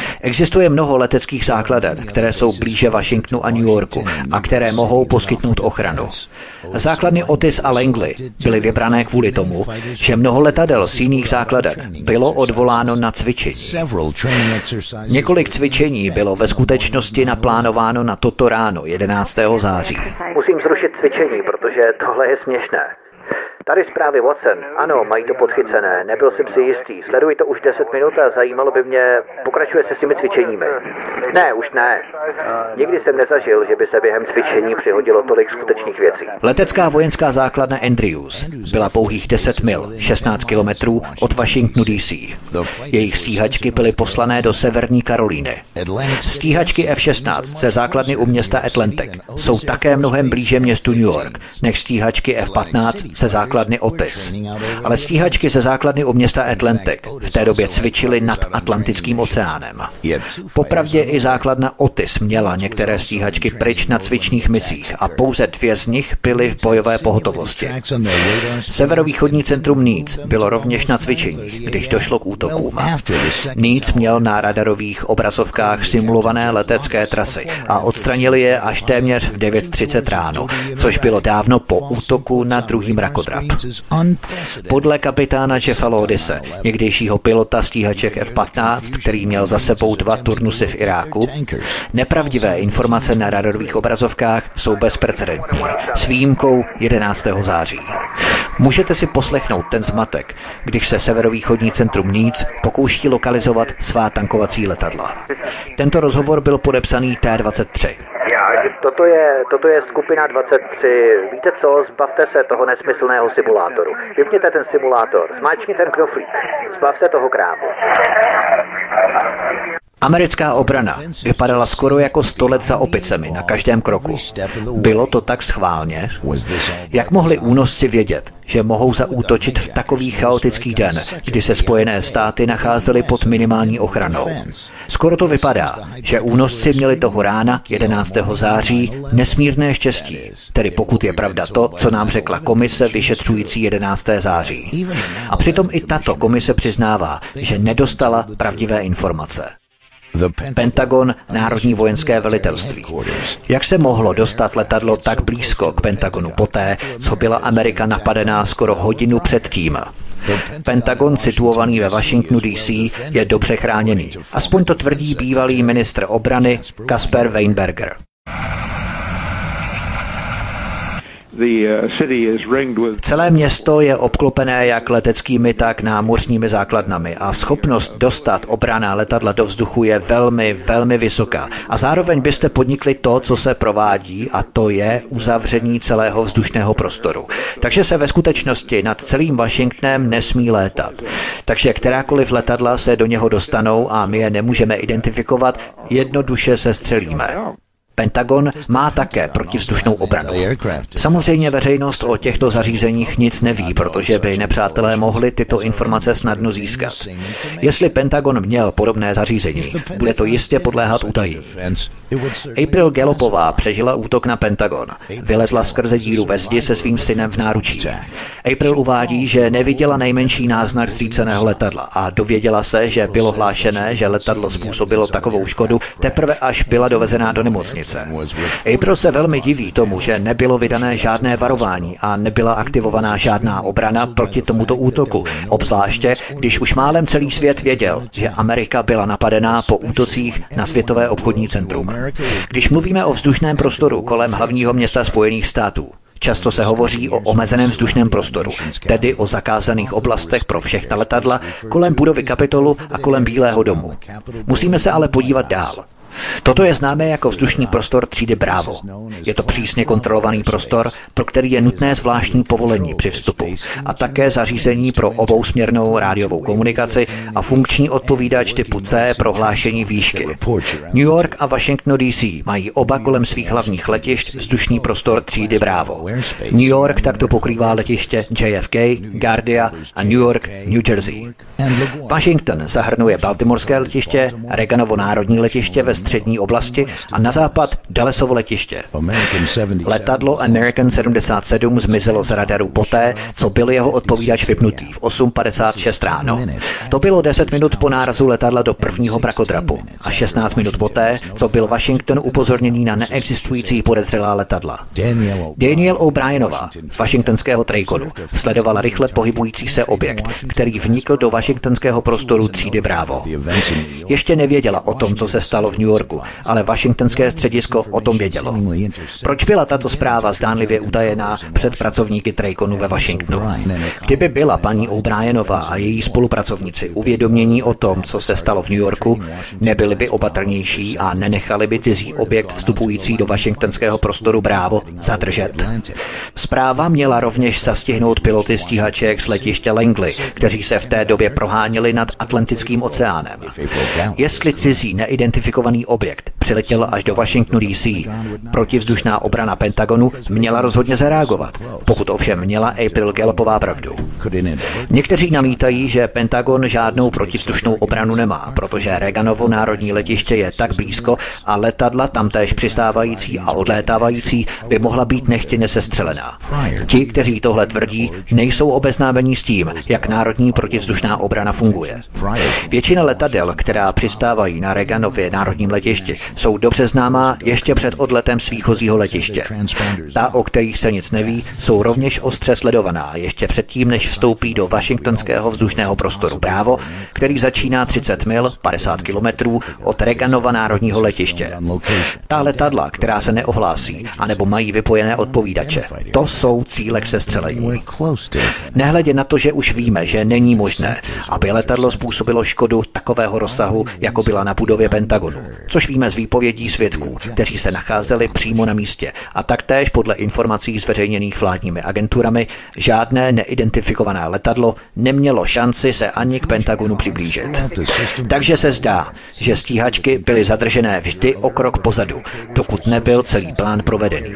Existuje mnoho leteckých základen, které jsou blíže Washingtonu a New Yorku a které mohou poskytnout ochranu. Základny Otis a Langley byly vybrané kvůli tomu, že mnoho letadel z jiných základen bylo odvoláno na cvičení. Několik cvičení bylo ve skutečnosti naplánováno na toto ráno 11. září. Musím zrušit cvičení, protože tohle je směšné. Tady zprávy Watson. Ano, mají to podchycené. Nebyl jsem si jistý. Sleduji to už 10 minut a zajímalo by mě, pokračuje se s těmi cvičeními. Ne, už ne. Nikdy jsem nezažil, že by se během cvičení přihodilo tolik skutečných věcí. Letecká vojenská základna Andrews byla pouhých 10 mil, 16 kilometrů od Washingtonu DC. Jejich stíhačky byly poslané do Severní Karolíny. Stíhačky F-16 ze základny u města Atlantic jsou také mnohem blíže městu New York než stíhačky F-15 ze základny Otis. Ale stíhačky ze základny u města Atlantic v té době cvičily nad Atlantickým oceánem. Popravdě i základna Otis měla některé stíhačky pryč na cvičných misích a pouze 2 z nich byly v bojové pohotovosti. Severovýchodní centrum Needs bylo rovněž na cvičení, když došlo k útokům. Needs měl na radarových obrazovkách simulované letecké trasy a odstranili je až téměř v 9:30 ráno, což bylo dávno po útoku na druhý mrakodrap. Podle kapitána Jeffa Lodise, někdejšího pilota stíhaček F-15, který měl za sebou 2 turnusy v Iráku, nepravdivé informace na radarových obrazovkách jsou bezprecedentní, s výjimkou 11. září. Můžete si poslechnout ten zmatek, když se severovýchodní centrum Needs pokouší lokalizovat svá tankovací letadla. Tento rozhovor byl podepsaný T-23. Toto je skupina 23. Víte co, zbavte se toho nesmyslného simulátoru. Vypněte ten simulátor, zmáčkni ten knoflík, zbavte toho krámu. Americká obrana vypadala skoro jako 100 let za opicemi na každém kroku. Bylo to tak schválně? Jak mohli únosci vědět, že mohou zaútočit v takový chaotický den, kdy se Spojené státy nacházely pod minimální ochranou? Skoro to vypadá, že únosci měli toho rána 11. září nesmírné štěstí, tedy pokud je pravda to, co nám řekla komise vyšetřující 11. září. A přitom i tato komise přiznává, že nedostala pravdivé informace. Pentagon, Národní vojenské velitelství. Jak se mohlo dostat letadlo tak blízko k Pentagonu poté, co byla Amerika napadená skoro hodinu předtím? Pentagon, situovaný ve Washingtonu DC, je dobře chráněný. Aspoň to tvrdí bývalý ministr obrany Caspar Weinberger. Celé město je obklopené jak leteckými, tak námořními základnami a schopnost dostat obranná letadla do vzduchu je velmi, velmi vysoká. A zároveň byste podnikli to, co se provádí, a to je uzavření celého vzdušného prostoru. Takže se ve skutečnosti nad celým Washingtonem nesmí létat. Takže kterákoliv letadla se do něho dostanou a my je nemůžeme identifikovat, jednoduše se střelíme. Pentagon má také protivzdušnou obranu. Samozřejmě veřejnost o těchto zařízeních nic neví, protože by nepřátelé mohli tyto informace snadno získat. Jestli Pentagon měl podobné zařízení, bude to jistě podléhat utajení. April Gallopová přežila útok na Pentagon. Vylezla skrze díru ve zdi se svým synem v náručí. April uvádí, že neviděla nejmenší náznak zříceného letadla a dověděla se, že bylo hlášené, že letadlo způsobilo takovou škodu teprve až byla dovezená do nemocnice. April se velmi diví tomu, že nebylo vydané žádné varování a nebyla aktivovaná žádná obrana proti tomuto útoku, obzvláště když už málem celý svět věděl, že Amerika byla napadená po útocích na Světové obchodní centrum. Když mluvíme o vzdušném prostoru kolem hlavního města Spojených států, často se hovoří o omezeném vzdušném prostoru, tedy o zakázaných oblastech pro všechna letadla kolem budovy Kapitolu a kolem Bílého domu. Musíme se ale podívat dál. Toto je známé jako vzdušný prostor třídy Bravo. Je to přísně kontrolovaný prostor, pro který je nutné zvláštní povolení při vstupu a také zařízení pro obousměrnou rádiovou komunikaci a funkční odpovídač typu C pro hlášení výšky. New York a Washington DC mají oba kolem svých hlavních letišť vzdušný prostor třídy Bravo. New York takto pokrývá letiště JFK, Gardia a New York, New Jersey. Washington zahrnuje Baltimorské letiště, Reaganovo národní letiště ve střední oblasti a na západ Dallasovo letiště. Letadlo American 77 zmizelo z radaru poté, co byl jeho odpovídač vypnutý v 8:56 ráno. To bylo 10 minut po nárazu letadla do prvního mrakodrapu a 16 minut poté, co byl Washington upozorněný na neexistující podezřelá letadla. Daniel O'Brienová z washingtonského Traconu sledovala rychle pohybující se objekt, který vnikl do washingtonského prostoru třídy Bravo. Ještě nevěděla o tom, co se stalo v New Yorku, ale washingtonské středisko o tom vědělo. Proč byla tato zpráva zdánlivě utajená před pracovníky Traconu ve Washingtonu? Kdyby byla paní O'Brienová a její spolupracovníci uvědomění o tom, co se stalo v New Yorku, nebyli by opatrnější a nenechali by cizí objekt vstupující do washingtonského prostoru Bravo zadržet. Zpráva měla rovněž zastihnout piloty stíhaček z letiště Langley, kteří se v té době proháněli nad Atlantickým oceánem. Jestli cizí neidentifikovaný objekt přiletěl až do Washingtonu DC, protivzdušná obrana Pentagonu měla rozhodně zareagovat, pokud ovšem měla April Gallupová pravdu. Někteří namítají, že Pentagon žádnou protivzdušnou obranu nemá, protože Reaganovo národní letiště je tak blízko a letadla tamtéž přistávající a odlétávající by mohla být nechtěně sestřelená. Ti, kteří tohle tvrdí, nejsou obeznámení s tím, jak národní protivzdušná obrana funguje. Většina letadel, která přistávají na Reaganově národním letišti, jsou dobře známá ještě před odletem z výchozího letiště. Ta, o kterých se nic neví, jsou rovněž ostře sledovaná ještě předtím, než vstoupí do washingtonského vzdušného prostoru Bravo, který začíná 30 mil, 50 kilometrů od Reaganova národního letiště. Ta letadla, která se neohlásí, anebo mají vypojené odpovídače, to jsou cíle k sestřelení. Nehledě na to, že už víme, že není možné, aby letadlo způsobilo škodu takového rozsahu, jako byla na budově Pentagonu, což víme z výpovědí svědků, kteří se nacházeli přímo na místě, a taktéž podle informací zveřejněných vládními agenturami žádné neidentifikované letadlo nemělo šanci se ani k Pentagonu přiblížit. Takže se zdá, že stíhačky byly zadržené vždy o krok pozadu, dokud nebyl celý plán provedený.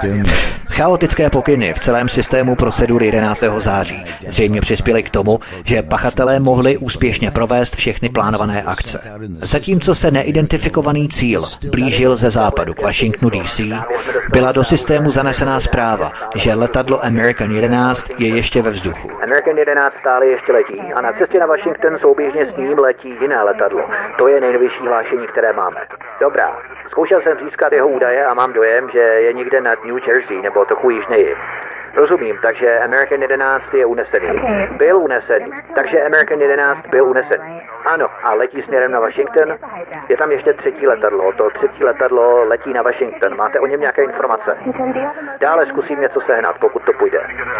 Chaotické pokyny v celém systému procedury 11. září zřejmě přispěly k tomu, že pachatelé mohli úspěšně provést všechny plánované akce. Zatímco se neidentifikovaný cíl blížil ze západu k Washingtonu DC, byla do systému zanesená zpráva, že letadlo American 11 je ještě ve vzduchu. American 11 stále ještě letí a na cestě na Washington souběžně s ním letí jiné letadlo. To je nejnovější hlášení, které máme. Dobrá, zkoušel jsem získat jeho údaje a mám dojem, že je někde nad New Jersey nebo trochu jižněji. Rozumím, takže American 11 je unesený. Byl unesený. Takže American 11 byl unesený. Ano, a letí směrem na Washington. Je tam ještě třetí letadlo. To třetí letadlo letí na Washington. Máte o něm nějaké informace? Dále zkusím něco sehnat, pokud to půjde.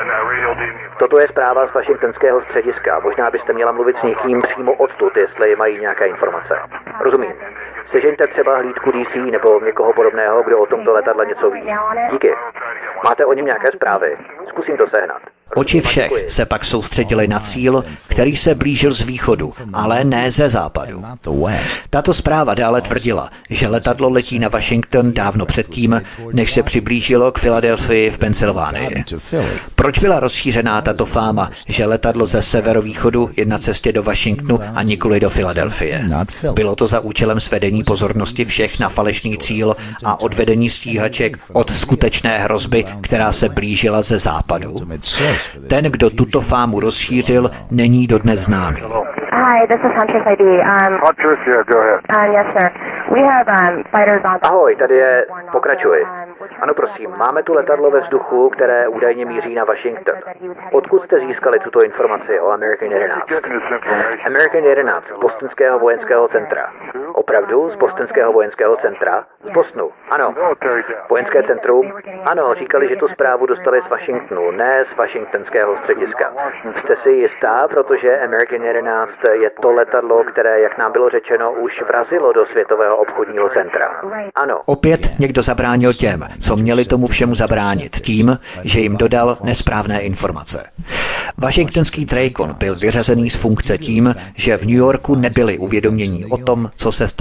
Toto je zpráva z washingtonského střediska. Možná byste měla mluvit s někým přímo odtud, jestli mají nějaké informace. Rozumím. Sežeňte třeba hlídku DC nebo někoho podobného, kdo o tomto letadle něco ví. Díky. Máte o něm nějaké zprávy? Zkusím to sehnat. Oči všech se pak soustředily na cíl, který se blížil z východu, ale ne ze západu. Tato zpráva dále tvrdila, že letadlo letí na Washington dávno předtím, než se přiblížilo k Filadelfii v Pensylvánii. Proč byla rozšířená tato fáma, že letadlo ze severovýchodu je na cestě do Washingtonu a nikoli do Filadelfie? Bylo to za účelem svedení pozornosti všech na falešný cíl a odvedení stíhaček od skutečné hrozby, která se blížila ze západu. Ten, kdo tuto fámu rozšířil, není dodnes známý. Hi, this is Huntress ID. Huntress, yeah, go ahead. Yes, sir. We have fighters on. Ahoj, tady je, pokračuj. Ano, prosím, máme tu letadlo ve vzduchu, které údajně míří na Washington. Odkud jste získali tuto informaci o American 11? American 11 z Bostonského vojenského centra. Opravdu? Z Bostonského vojenského centra? Z Bostonu, ano. Vojenské centrum? Ano, říkali, že tu zprávu dostali z Washingtonu, ne z washingtonského střediska. Jste si jistá, protože American 11 je to letadlo, které, jak nám bylo řečeno, už vrazilo do Světového obchodního centra. Ano. Opět někdo zabránil těm, co měli tomu všemu zabránit, tím, že jim dodal nesprávné informace. Washingtonský Tracon byl vyřazený z funkce tím, že v New Yorku nebyli uvědomění o tom, co se stalo.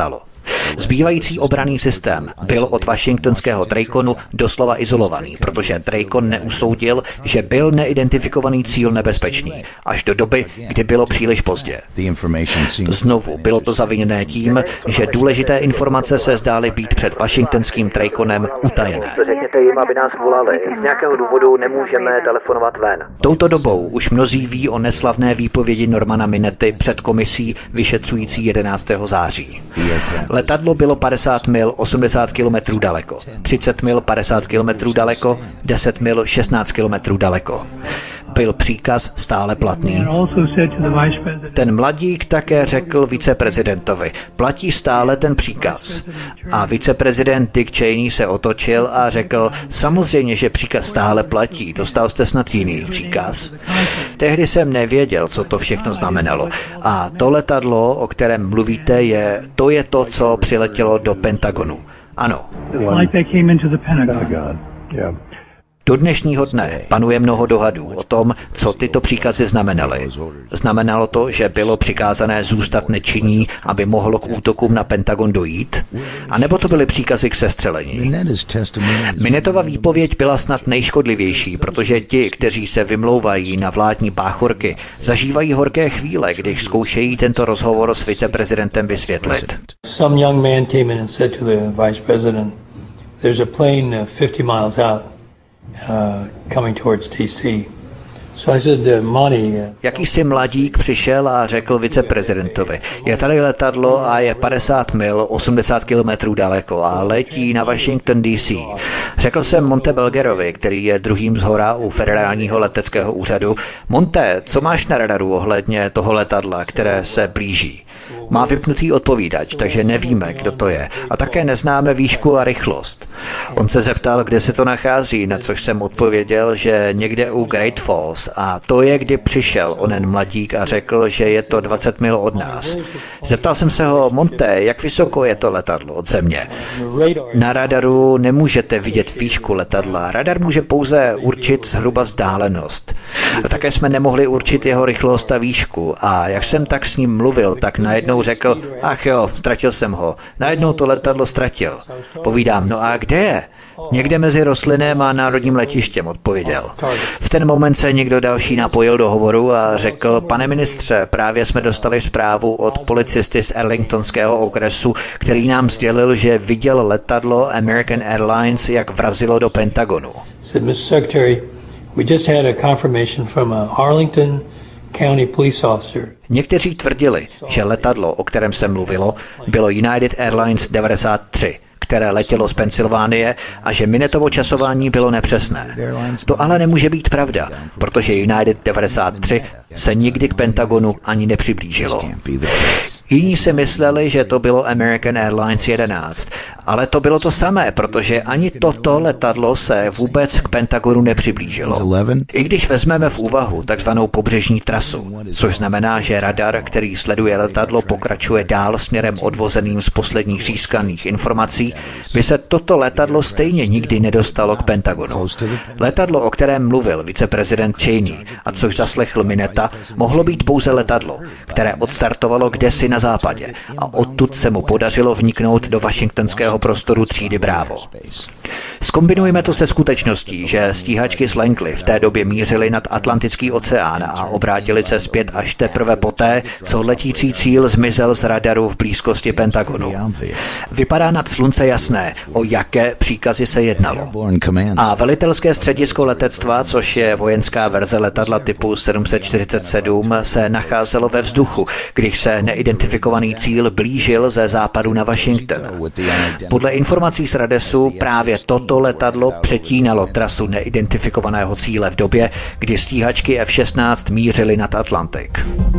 Zbývající obranný systém byl od washingtonského Traconu doslova izolovaný, protože Tracon neusoudil, že byl neidentifikovaný cíl nebezpečný, až do doby, kdy bylo příliš pozdě. Znovu bylo to zaviněné tím, že důležité informace se zdály být před washingtonským Traconem utajené. Řekněte jim, aby nás volali. Z nějakého důvodu nemůžeme telefonovat ven. Touto dobou už mnozí ví o neslavné výpovědi Normana Minetty před komisí vyšetřující 11. září. Letadlo bylo 50 mil 80 kilometrů daleko, 30 mil 50 kilometrů daleko, 10 mil 16 kilometrů daleko. Byl příkaz stále platný. Ten mladík také řekl viceprezidentovi, platí stále ten příkaz. A viceprezident Dick Cheney se otočil a řekl, samozřejmě, že příkaz stále platí, dostal jste snad jiný příkaz. Tehdy jsem nevěděl, co to všechno znamenalo. A to letadlo, o kterém mluvíte, je to, co přiletělo do Pentagonu. Ano. Do dnešního dne panuje mnoho dohadů o tom, co tyto příkazy znamenaly. Znamenalo to, že bylo přikázané zůstat nečinní, aby mohlo k útokům na Pentagon dojít? A nebo to byly příkazy k sestřelení? Minettova výpověď byla snad nejškodlivější, protože ti, kteří se vymlouvají na vládní báchorky, zažívají horké chvíle, když zkoušejí tento rozhovor s viceprezidentem vysvětlit. Some young man came in and said to the vice president, there's a plane 50 miles out. Coming towards DC. So I said, Monty, Jakýsi mladík přišel a řekl viceprezidentovi, je tady letadlo a je 50 mil 80 kilometrů daleko a letí na Washington DC. Řekl jsem Monte Belgerovi, který je druhým zhora u federálního leteckého úřadu, Monte, co máš na radaru ohledně toho letadla, které se blíží? Má vypnutý odpovídač, takže nevíme, kdo to je. A také neznáme výšku a rychlost. On se zeptal, kde se to nachází, na což jsem odpověděl, že někde u Great Falls. A to je, kdy přišel onen mladík a řekl, že je to 20 mil od nás. Zeptal jsem se ho, Monte, jak vysoko je to letadlo od země? Na radaru nemůžete vidět výšku letadla. Radar může pouze určit zhruba vzdálenost. A také jsme nemohli určit jeho rychlost a výšku. A jak jsem tak s ním mluvil, tak najednou řekl, ach jo, ztratil jsem ho. Najednou to letadlo ztratil. Povídám, no a kde je? Někde mezi Roslinem a národním letištěm, odpověděl. V ten moment se někdo další napojil do hovoru a řekl, pane ministře, právě jsme dostali zprávu od policisty z Arlingtonského okresu, který nám sdělil, že viděl letadlo American Airlines, jak vrazilo do Pentagonu. said, Mr. Secretary, we just had a confirmation from a Arlington County police officer. Někteří tvrdili, že letadlo, o kterém se mluvilo, bylo United Airlines 93, které letělo z Pensylvánie a že Minettovo časování bylo nepřesné. To ale nemůže být pravda, protože United 93 se nikdy k Pentagonu ani nepřiblížilo. Jiní si mysleli, že to bylo American Airlines 11, ale to bylo to samé, protože ani toto letadlo se vůbec k Pentagonu nepřiblížilo. I když vezmeme v úvahu takzvanou pobřežní trasu, což znamená, že radar, který sleduje letadlo, pokračuje dál směrem odvozeným z posledních získaných informací, by se toto letadlo stejně nikdy nedostalo k Pentagonu. Letadlo, o kterém mluvil viceprezident Cheney, a což zaslechl Minetta, mohlo být pouze letadlo, které odstartovalo kdesi na západě a odtud se mu podařilo vniknout do washingtonského prostoru třídy Bravo. Zkombinujeme to se skutečností, že stíhačky z Langley v té době mířily nad Atlantický oceán a obrátili se zpět až teprve poté, co letící cíl zmizel z radaru v blízkosti Pentagonu. Vypadá nad slunce jasné, o jaké příkazy se jednalo. A velitelské středisko letectva, což je vojenská verze letadla typu 747, se nacházelo ve vzduchu, když se neidentifikovaný cíl blížil ze západu na Washington. Podle informací z Radesu právě toto letadlo přetínalo trasu neidentifikovaného cíle v době, kdy stíhačky F-16 mířily nad Atlantik.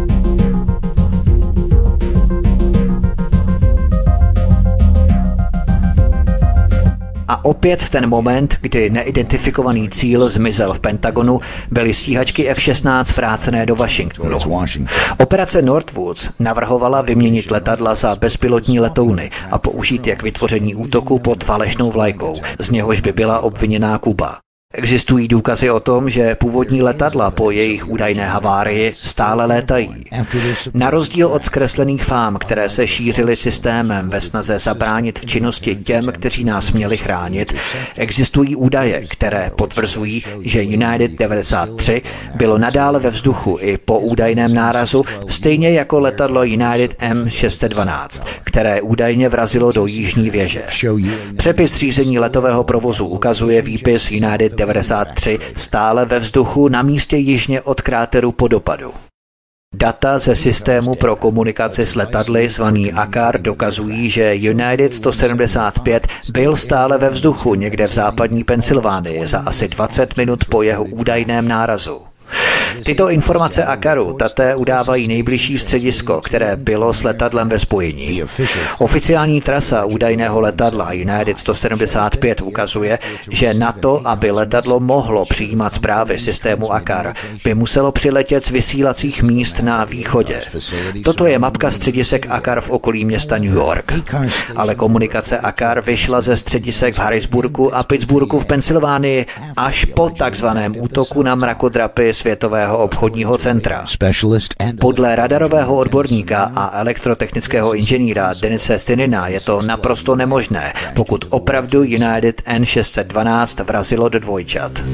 A opět v ten moment, kdy neidentifikovaný cíl zmizel v Pentagonu, byly stíhačky F-16 vrácené do Washingtonu. Operace Northwoods navrhovala vyměnit letadla za bezpilotní letouny a použít je k vytvoření útoku pod falešnou vlajkou, z něhož by byla obviněná Kuba. Existují důkazy o tom, že původní letadla po jejich údajné havárii stále létají. Na rozdíl od zkreslených fám, které se šířily systémem ve snaze zabránit v činnosti těm, kteří nás měli chránit, existují údaje, které potvrzují, že United 93 bylo nadále ve vzduchu i po údajném nárazu, stejně jako letadlo United M612, které údajně vrazilo do jižní věže. Přepis řízení letového provozu ukazuje výpis United 93 stále ve vzduchu na místě jižně od kráteru po dopadu. Data ze systému pro komunikaci s letadly zvaný ACAR dokazují, že United 175 byl stále ve vzduchu někde v západní Pensylvánii za asi 20 minut po jeho údajném nárazu. Tyto informace ACARu také udávají nejbližší středisko, které bylo s letadlem ve spojení. Oficiální trasa údajného letadla United 175 ukazuje, že na to, aby letadlo mohlo přijímat zprávy systému ACAR, by muselo přiletět z vysílacích míst na východě. Toto je mapka středisek ACAR v okolí města New York. Ale komunikace ACAR vyšla ze středisek v Harrisburgu a Pittsburghu v Pensylvánii až po takzvaném útoku na mrakodrapy Světového obchodního centra. Podle radarového odborníka a elektrotechnického inženýra Denise Stinina je to naprosto nemožné, pokud opravdu United N612 vrazilo do dvojčat.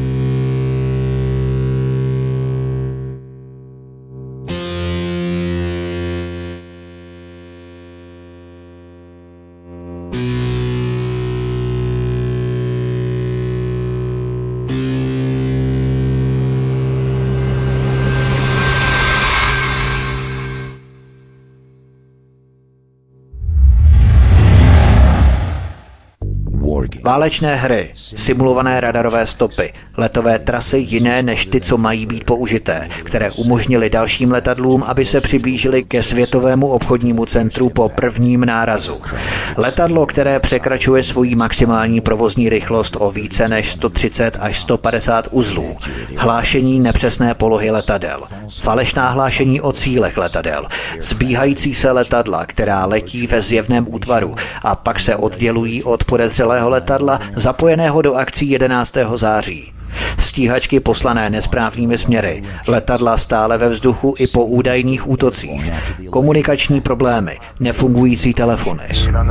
Válečné hry, simulované radarové stopy, letové trasy jiné než ty, co mají být použité, které umožnily dalším letadlům, aby se přiblížili ke Světovému obchodnímu centru po prvním nárazu. Letadlo, které překračuje svoji maximální provozní rychlost o více než 130 až 150 uzlů. Hlášení nepřesné polohy letadel. Falešná hlášení o cílech letadel. Zbíhající se letadla, která letí ve zjevném útvaru a pak se oddělují od podezřelého letadla zapojeného do akcí 11. září. Stíhačky poslané nesprávnými směry, letadla stále ve vzduchu i po údajných útocích, komunikační problémy, nefungující telefony.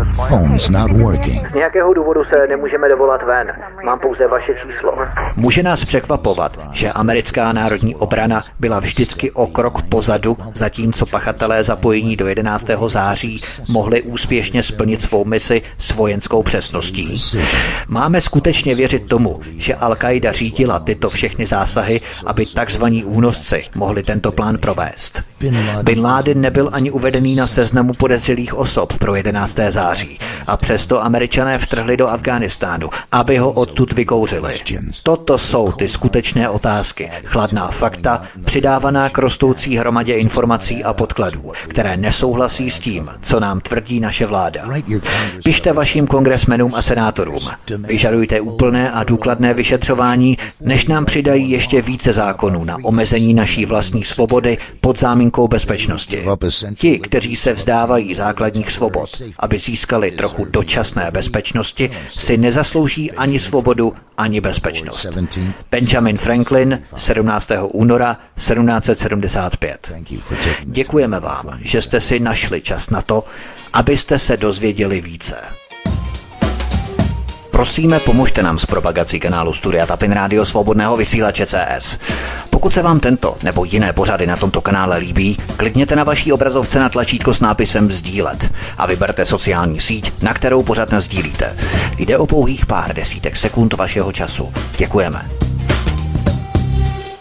Z nějakého důvodu se nemůžeme dovolat ven. Mám pouze vaše číslo. Může nás překvapovat, že americká národní obrana byla vždycky o krok pozadu, zatímco pachatelé zapojení do 11. září mohli úspěšně splnit svou misi s vojenskou přesností. Máme skutečně věřit tomu, že Al-Qaida řídila tyto všechny zásahy, aby takzvaní únosci mohli tento plán provést. Bin Laden nebyl ani uvedený na seznamu podezřelých osob pro 11. září a přesto Američané vtrhli do Afghánistánu, aby ho odtud vykouřili. Toto jsou ty skutečné otázky, chladná fakta, přidávaná k rostoucí hromadě informací a podkladů, které nesouhlasí s tím, co nám tvrdí naše vláda. Pište vašim kongresmenům a senátorům. Vyžadujte úplné a důkladné vyšetřování, než nám přidají ještě více zákonů na omezení naší vlastní svobody pod záminkou bezpečnosti. Ti, kteří se vzdávají základních svobod, aby získali trochu dočasné bezpečnosti, si nezaslouží ani svobodu, ani bezpečnost. Benjamin Franklin, 17. února 1775. Děkujeme vám, že jste si našli čas na to, abyste se dozvěděli více. Prosíme, pomožte nám s propagací kanálu Studia Tapin Rádio Svobodného vysílače CS. Pokud se vám tento nebo jiné pořady na tomto kanále líbí, klikněte na vaší obrazovce na tlačítko s nápisem sdílet a vyberte sociální síť, na kterou pořad nasdílíte. Jde o pouhých pár desítek sekund vašeho času. Děkujeme.